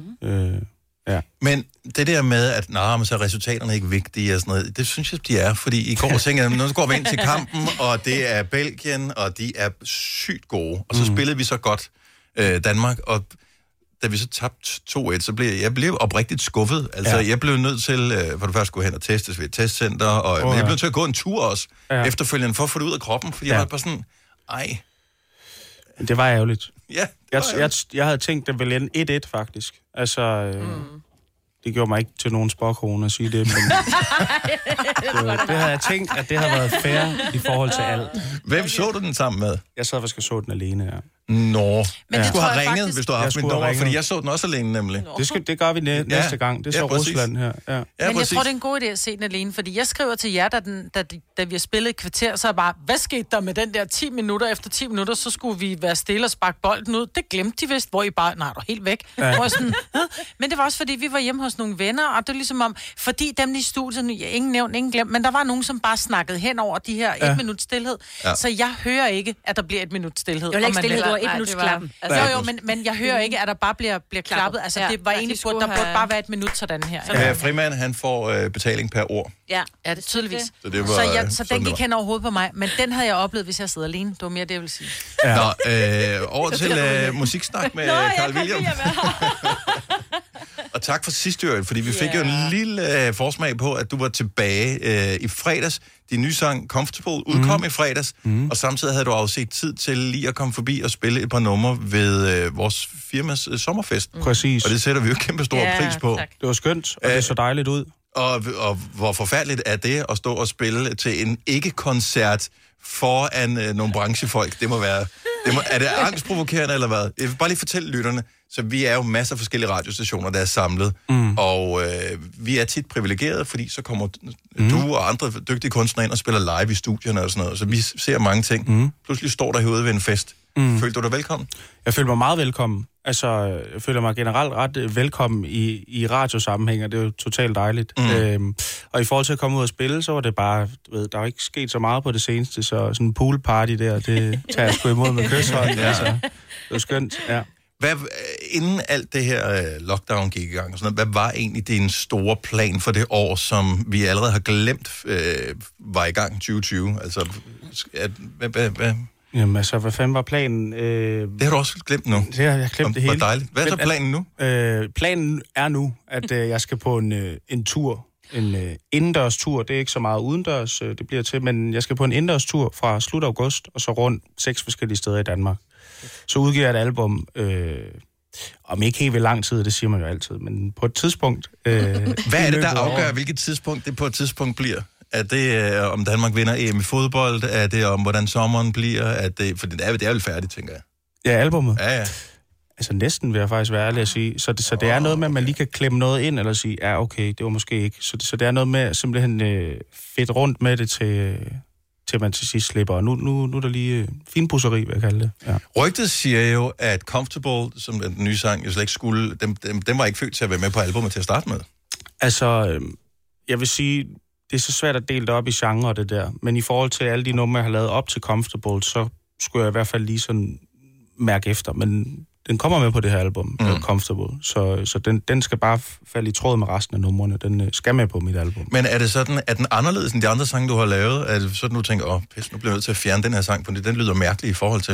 R: Ja.
A: Men det der med, at så er resultaterne ikke vigtige og sådan noget, det synes jeg, de er. Fordi i går tænkte jeg, nu går vi ind til kampen, og det er Belgien, og de er sygt gode. Og så spillede vi så godt Danmark, og da vi så tabte 2-1, så blev jeg oprigtigt skuffet. Altså, jeg blev nødt til, for det første gå hen og testes ved et testcenter, og men jeg blev nødt til at gå en tur også, efterfølgende, for at få det ud af kroppen, fordi jeg var bare sådan,
R: Det var ærgerligt.
A: Ja,
R: jeg havde tænkt, det ville ende 1-1, faktisk. Altså, det gjorde mig ikke til nogen sporkone at sige det, men det havde jeg tænkt, at det havde været fair i forhold til alt.
A: Hvem så du den sammen med?
R: Jeg sad faktisk og så den alene,
A: Nå, men du skulle have ringet,
C: faktisk,
A: hvis du har haft min nummer, fordi jeg så den også alene, nemlig.
R: Det gør vi næste gang. Det er så Rusland her. Ja.
C: Men jeg tror, det er en god idé at se den alene, fordi jeg skriver til jer, da vi har spillet et kvarter, så er bare, hvad skete der med den der 10 minutter? Efter 10 minutter, så skulle vi være stille og sparke bolden ud. Det glemte de vist, hvor I bare, nej, du er helt væk. Sådan, men det var også, fordi vi var hjemme hos nogle venner, og det er ligesom om, fordi dem i studiet, ingen nævnt, ingen glemt, men der var nogen, som bare snakkede hen over de her 1 minut stillhed. Så jeg hører ikke, at der bliver 1 minut stillhed.
B: Det var ikke stillhed, det var 1 minut klappen.
C: Men jeg hører ikke, at der bare bliver klappet. Altså, det var egentlig, der burde bare være 1 minut sådan her.
A: Frimand, han får betaling per ord.
C: Ja, det er tydeligvis. Så den gik hen over hovedet på mig. Men den havde jeg oplevet, hvis jeg sidder alene. Det var mere det, jeg vil sige.
A: Over til musiksnak med Carl William. Og tak for sidste år, fordi vi fik jo en lille forsmag på, at du var tilbage i fredags. Din nye sang Comfortable udkom i fredags, og samtidig havde du afset tid til lige at komme forbi og spille et par numre ved vores firmas sommerfest.
R: Præcis.
A: Og det sætter vi jo kæmpe stor pris på.
R: Tak. Det var skønt, og det så dejligt ud.
A: Og hvor forfærdeligt er det at stå og spille til en ikke-koncert foran nogle branchefolk? Det må være... er det angstprovokerende, eller hvad? Jeg vil bare lige fortælle lytterne, så vi er jo masser af forskellige radiostationer, der er samlet, og vi er tit privilegerede, fordi så kommer du og andre dygtige kunstnere ind og spiller live i studierne og sådan noget, så vi ser mange ting. Pludselig står der herude ved en fest. Følte du dig velkommen?
R: Jeg følte mig meget velkommen. Altså, jeg føler mig generelt ret velkommen i radiosammenhæng, og det er jo totalt dejligt. Og i forhold til at komme ud og spille, så var det bare, der er ikke sket så meget på det seneste, så sådan en poolparty der, det tager jeg sgu imod med kysshånd. Altså, det var skønt, ja.
A: Inden alt det her lockdown gik i gang, og sådan noget, hvad var egentlig din store plan for det år, som vi allerede har glemt var i gang 2020? Altså, hvad?
R: Jamen altså, hvad fanden var planen?
A: Det har du også glemt nu.
R: Det har jeg glemt det hele.
A: Hvor dejligt. Hvad er så planen nu?
R: Planen er nu, at jeg skal på en tur. En indendørs tur. Det er ikke så meget udendørs, det bliver til, men jeg skal på en indendørs tur fra slut august, og så rundt 6 forskellige steder i Danmark. Så udgiver jeg et album, om ikke helt ved lang tid, det siger man jo altid, men på et tidspunkt...
A: Hvad er det, der afgør, hvilket tidspunkt det på et tidspunkt bliver? Er det, om Danmark vinder EM i fodbold? Er det om, hvordan sommeren bliver? For det er vel færdigt, tænker jeg.
R: Ja, albumet?
A: Ja.
R: Altså næsten vil jeg faktisk være ærlig at sige. Så det er noget med, at man lige kan klemme noget ind, eller sige, ja okay, det var måske ikke. Så det er noget med simpelthen fedt rundt med det, til man til sidst slipper. Og nu er der lige finpudseri, vil jeg kalde det. Ja.
A: Rygtet siger jo, at Comfortable, som den nye sang jo slet ikke skulle, den var ikke født til at være med på albumet til at starte med.
R: Altså, jeg vil sige, det er så svært at dele det op i genre, det der. Men i forhold til alle de numre, jeg har lavet op til Comfortable, så skulle jeg i hvert fald lige sådan mærke efter. Men den kommer med på det her album, Comfortable. Så den skal bare falde i tråd med resten af numrene. Den skal med på mit album.
A: Men er det sådan, at den anderledes end de andre sange, du har lavet? Er det sådan, du tænker, pis, nu bliver jeg nødt til at fjerne den her sang, fordi den lyder mærkelig i forhold til?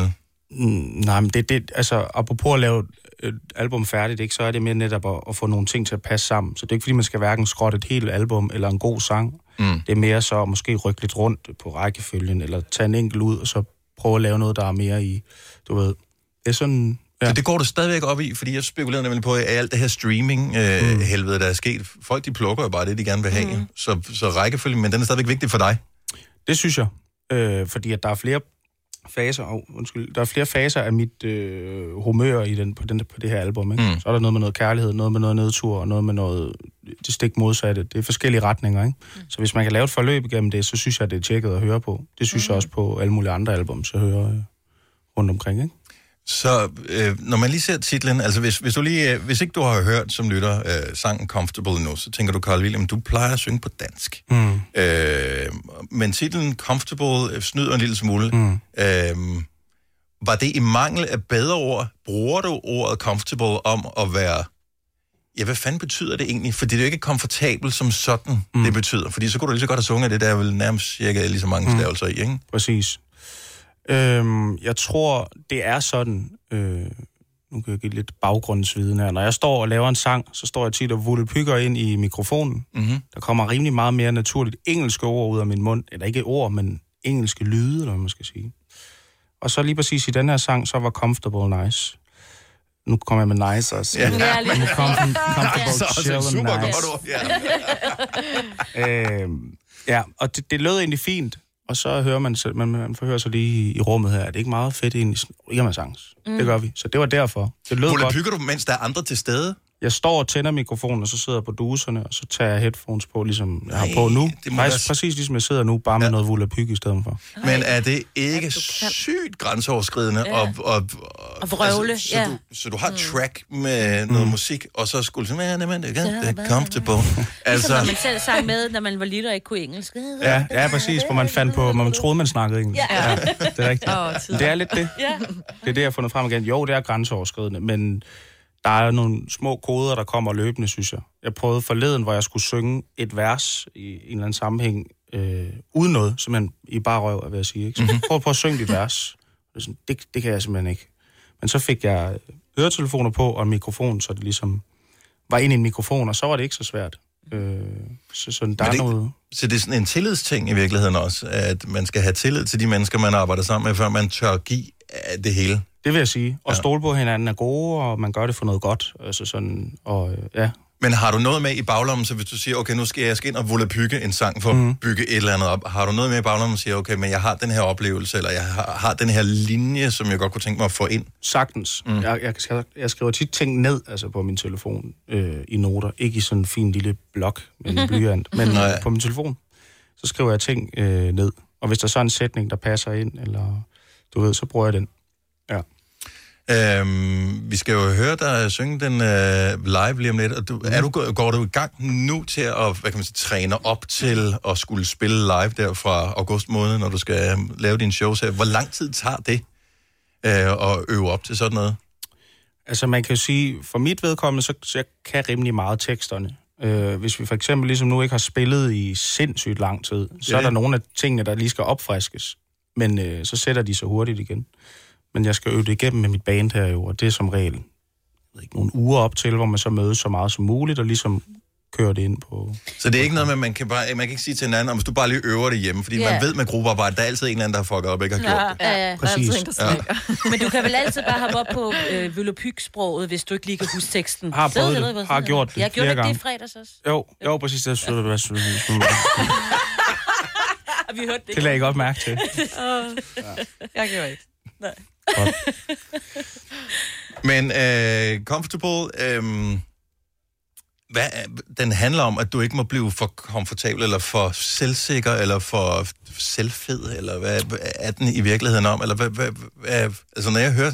R: Nej, men altså, apropos at lave et album færdigt, ikke, så er det mere netop at få nogle ting til at passe sammen. Så det er ikke, fordi man skal hverken skrotte et helt album eller en god sang. Det er mere så måske rykke lidt rundt på rækkefølgen, eller tage en enkelt ud, og så prøve at lave noget, der er mere i, du ved. Det er sådan... Ja.
A: Så det går du stadigvæk op i, fordi jeg spekulerer nemlig på, at alt det her streaming-helvede, der er sket, folk de plukker jo bare det, de gerne vil have. Så rækkefølgen, men den er stadigvæk vigtig for dig?
R: Det synes jeg, fordi at der er flere faser, der er flere faser af mit humør på det her album. Ikke? Så er der noget med noget kærlighed, noget med noget nedtur, og noget med noget det stik modsatte. Det er forskellige retninger, ikke? Så hvis man kan lave et forløb igennem det, så synes jeg, det er tjekket at høre på. Det synes jeg også på alle mulige andre album, så hører rundt omkring, ikke?
A: Så når man lige ser titlen, altså hvis ikke du har hørt som lytter sangen Comfortable endnu, så tænker du, Carl William, du plejer at synge på dansk. Men titlen Comfortable snyder en lille smule. Var det i mangel af bedre ord? Bruger du ordet comfortable om at være... Ja, hvad fanden betyder det egentlig? Fordi det er jo ikke komfortabel som sådan, det betyder. Fordi så kunne du lige så godt have sunget det, der er vel nærmest cirka lige så mange stavelser i, ikke?
R: Præcis. Jeg tror, det er sådan, nu kan jeg give lidt baggrundsviden her. Når jeg står og laver en sang, så står jeg tit og vullepygger ind i mikrofonen. Der kommer rimelig meget mere naturligt engelske ord ud af min mund. Eller ikke ord, men engelske lyde, eller hvad man skal sige. Og så lige præcis i den her sang, så var Comfortable nice. Nu kommer jeg med nice også. Ja. Comfortable, chill and nice. Ja, og det lød egentlig fint. Og så hører man forhører sig lige i rummet her. Det er ikke meget fedt egentlig. Ikke med sangs. Det gør vi. Så det var derfor. Det lød godt.
A: Bygger du, mens der er andre til stede?
R: Jeg står og tænder mikrofonen, og så sidder jeg på duserne, og så tager jeg headphones på, ligesom jeg har på nu. Præcis ligesom jeg sidder nu, bare med noget volapyk i stedet for.
A: Men er det ikke sygt grænseoverskridende og
B: vrøvle,
A: altså, så du har track med noget musik, og så skulle du sige, det er comfortable.
B: Altså, når man selv sang med, når man var lille og ikke kunne engelsk.
R: Ja, præcis, hvor man fandt på, man troede, man snakkede engelsk. Ja, det er rigtigt. Det er lidt det. Det er det, jeg har fundet frem igen. Jo, det er grænseoverskridende, men... Der er nogle små koder, der kommer løbende, synes jeg. Jeg prøvede forleden, hvor jeg skulle synge et vers i en eller anden sammenhæng, uden noget, simpelthen i bare røv, vil jeg sige. Ikke? Så prøv at synge dit vers. Det kan jeg simpelthen ikke. Men så fik jeg høretelefoner på og en mikrofon, så det ligesom var ind i en mikrofon, og så var det ikke så svært. Så der er noget...
A: Så det er sådan en tillidsting i virkeligheden også, at man skal have tillid til de mennesker, man arbejder sammen med, før man tør give det hele.
R: Det vil jeg sige. Og stole på hinanden er gode, og man gør det for noget godt. Altså sådan, og ja.
A: Men har du noget med i baglommen, så hvis du siger, okay, nu skal jeg ind og volapykke en sang for at bygge et eller andet op. Har du noget med i baglommen, og siger, okay, men jeg har den her oplevelse, eller jeg har den her linje, som jeg godt kunne tænke mig at få ind?
R: Sagtens. Jeg skriver tit ting ned altså på min telefon i noter. Ikke i sådan en fin lille blok med en blyant, men på min telefon. Så skriver jeg ting ned. Og hvis der så er en sætning, der passer ind, eller du ved, så bruger jeg den. Ja.
A: Vi skal jo høre dig synge den live lige om lidt. Og går du i gang nu til at træne op til at skulle spille live der fra august måned, når du skal lave dine shows her? Hvor lang tid tager det at øve op til sådan noget?
R: Altså man kan jo sige, for mit vedkommende, så jeg kan rimelig meget teksterne. Hvis vi for eksempel ligesom nu ikke har spillet i sindssygt lang tid, så er der nogle af tingene, der lige skal opfriskes. Men så sætter de sig hurtigt igen. Men jeg skal øve det igennem med mit band her jo, og det er som regel nogle uger op til, hvor man så mødes så meget som muligt, og ligesom kører det ind på...
A: Så det er ikke noget med, man kan ikke sige til hinanden, om hvis du bare lige øver det hjemme, fordi man ved med gruppearbejde, der er altid en eller anden, der har fucket op, ikke har gjort det.
B: Ja.
R: Præcis.
B: Men du kan vel altid bare hoppe op på volapyk-sproget, hvis du ikke lige kan huske teksten.
R: Har prøvet det, har gjort det
B: jeg gjorde det i fredags også.
R: Jo, præcis. Det
B: vi hørte det.
R: Det lagde jeg godt mærke til.
D: Jeg gjorde ikke.
B: Nej.
A: Men comfortable, den handler om, at du ikke må blive for komfortabel, eller for selvsikker, eller for selvfed, eller hvad er den i virkeligheden om? Eller hvad altså når jeg hører,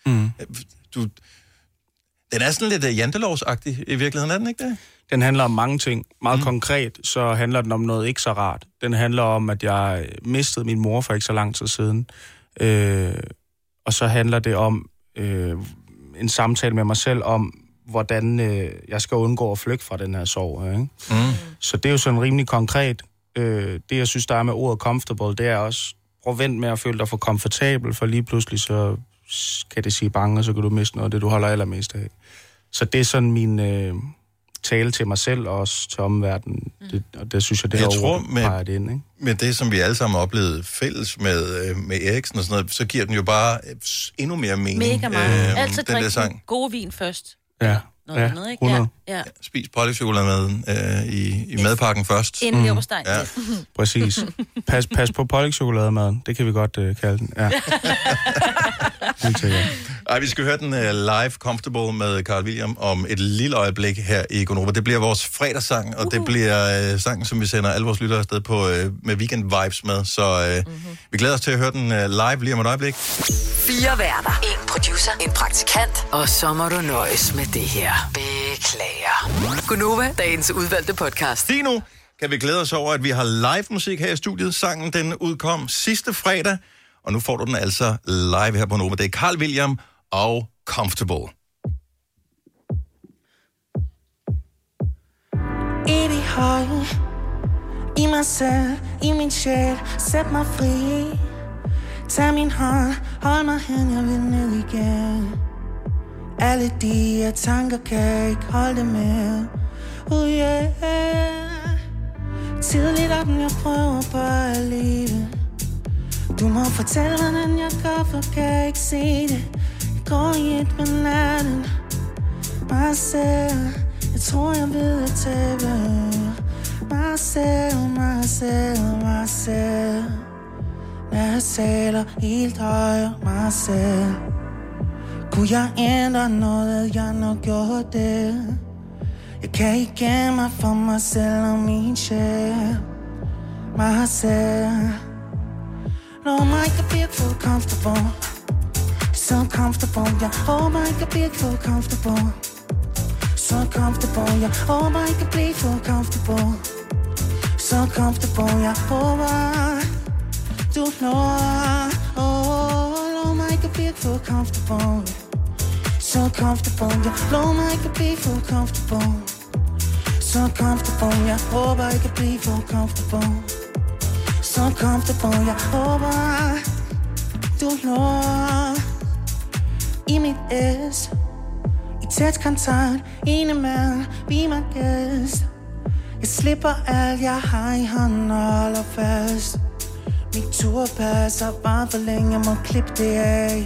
A: den er sådan lidt jantelovsagtig i virkeligheden, er den ikke det?
R: Den handler om mange ting. Meget konkret, så handler den om noget ikke så rart. Den handler om, at jeg mistede min mor for ikke så lang tid siden. Og så handler det om en samtale med mig selv om, hvordan jeg skal undgå at flygte fra den her sorg. Ikke? Så det er jo sådan rimelig konkret. Det, jeg synes, der er med ordet comfortable, det er også, prøv at vente med at føle dig for komfortabel, for lige pludselig så kan det sige bange, og så kan du miste noget af det, du holder allermest af. Så det er sådan min tale til mig selv, og også til omverdenen. Og det synes jeg, det er over det ind, ikke?
A: Med det, som vi alle sammen har oplevet fælles med Eriksen og sådan noget, så giver den jo bare endnu mere mening.
B: Mega meget. Altid drik god vin først.
R: Ja.
B: Noget andet, ikke?
R: 100.
B: Ja.
A: Spis pålægtschokolademaden i madpakken først.
B: Inden leverpostej.
A: Ja.
R: Præcis. Pas på pålægtschokolademaden. Det kan vi godt kalde den. Ja.
A: Ej, vi skal høre den live Comfortable med Carl William om et lille øjeblik her i Gonova. Det bliver vores fredagssang, og det bliver sangen, som vi sender alle vores lyttere afsted på med weekend vibes med. Så vi glæder os til at høre den live lige om et øjeblik.
E: 4 værter, 1 producer, en praktikant, og så må du nøjes med det her. Beklager. Gonova, dagens udvalgte podcast.
A: Lige nu kan vi glæde os over, at vi har live musik her i studiet. Sangen, den udkom sidste fredag, og nu får du den altså live her på Nova. Det er Carl William og Comfortable.
S: I de høje, i mig selv, i min sjæl, sæt mig fri. Tag min hånd, hold mig hen, jeg vil ned igen. Alle de tanker kan ikke holde det med. Yeah. Tidligt op, jeg prøver bare at leve. Du må fortælle, hvordan jeg gør, for kan jeg ikke se det. Jeg går i et med natten. Mig selv, jeg tror, jeg ved at tabe. Mig selv, mig selv, mig selv. Jeg taler helt højere, mig selv. Kunne jeg ændre noget, jeg nok gjorde det. Jeg kan ikke gemme mig for mig selv og min sjæl. Mig selv. No, I could be feel comfortable. So comfortable, yeah. Oh, I could be feel comfortable. So comfortable, yeah. Oh, I could be feel comfortable. So comfortable, yeah. Oh, I do know. Oh, no, I could be feel comfortable. So comfortable, yeah. No, I could be feel comfortable. So comfortable, yeah. Oh, I could be feel comfortable. So comfortable, yeah. Oh, I do know. I mit S, i tæt kontakt, indimellem, be my guest. Jeg slipper alt, jeg har i hånden og holder fast. Mit turpas har varet for længe, jeg må klippe det af.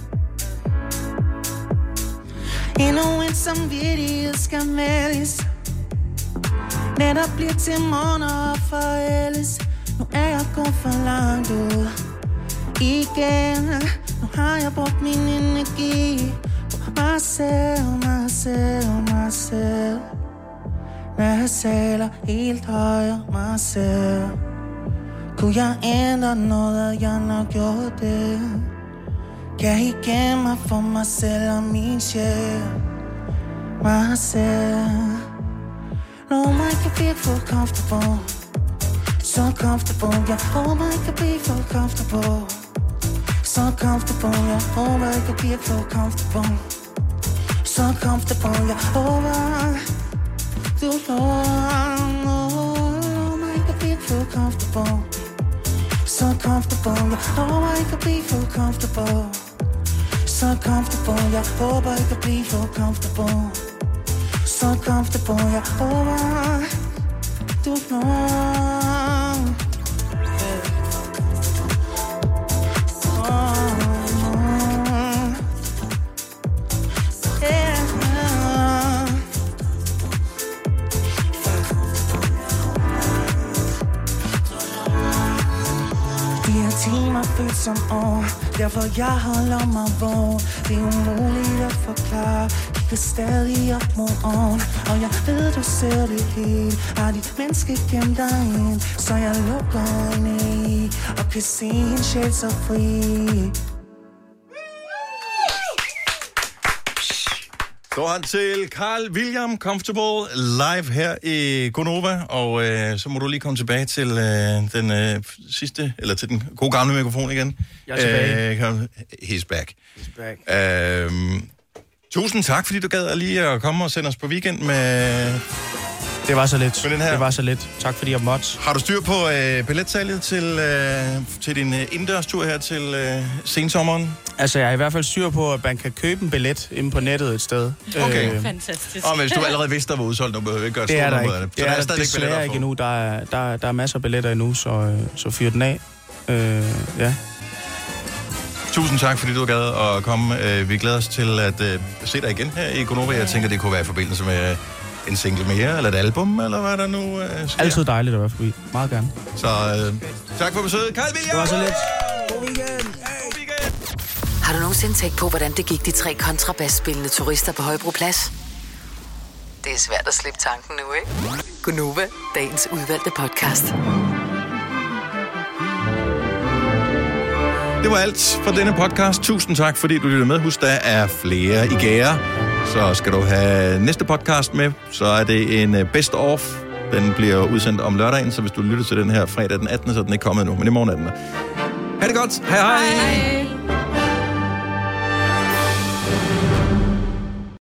S: Endnu en samvittighed skal mældes. Netop bliver til morgen og forældes. Nu er jeg gået for langt ud. Igen, nu har jeg brugt min energi på mig selv, mig selv, mig selv. Når jeg taler helt højere, mig selv. Kunne jeg ændre noget, jeg nok gjorde det. Kan I gemme mig for mig selv og min sjæl. Mig selv. No, I can be feel comfortable. So comfortable, yeah. Oh, I can be feel comfortable. So comfortable, yeah. Oh, I can be feel comfortable. So comfortable, yeah. Oh, I do know. Oh, I can be feel comfortable. So comfortable, yeah. Oh, I can be feel comfortable. So comfortable, yeah. Oh, I can be feel comfortable. So comfortable, yeah. Oh, I do know. Timer følt som år, derfor jeg holder mig vågen. Det er umuligt at forklare, kigger stadig op mod oven. Og jeg ved, du ser det helt, har dit menneske gemt dig ind. Så jeg lukker øjnene i, og kan se en sjæl så fri.
A: Står han til Carl William Comfortable live her i Gonova, og så må du lige komme tilbage til den sidste, eller til den gode gamle mikrofon igen.
R: Jeg er tilbage.
A: He's back.
R: He's back.
A: Tusind tak, fordi du gad lige at komme og sende os på weekend med
R: Det var så lidt.
A: Med den her.
R: Det var så lidt. Tak fordi jeg måtte.
A: Har du styr på billetsalget til din indendørstur her til sensommeren?
R: Altså, jeg har i hvert fald styr på, at man kan købe en billet inde på nettet et sted.
A: Okay.
B: Fantastisk.
A: Og hvis du allerede vidste, der var udsolgt, nu behøver vi ikke gøre
R: det er der ikke.
A: Så
R: det
A: der
R: er
A: stadig
R: desværre ikke endnu. Der er masser af billetter endnu, så fyr den af. Ja.
A: Tusind tak, fordi du gad at komme. Vi glæder os til at se dig igen her i Gonova. Jeg tænker, det kunne være i forbindelse med en single mere, eller et album, eller hvad der nu sker.
R: Altid dejligt at være forbi. Meget gerne.
A: Så tak for besøget. Carl William!
R: Det var så lidt.
A: God weekend!
E: Har du nogensinde tænkt på, hvordan det gik de 3 kontrabasspillende turister på Højbroplads? Det er svært at slippe tanken nu, ikke? Gonova, dagens udvalgte podcast.
A: Det var alt for denne podcast. Tusind tak, fordi du lyttede med. Husk, der er flere i gære. Så skal du have næste podcast med, så er det en best of. Den bliver udsendt om lørdagen, så hvis du lytter til den her fredag den 18., så er den ikke kommet nu. Men i morgen er den der. Ha' det godt. Hej hej.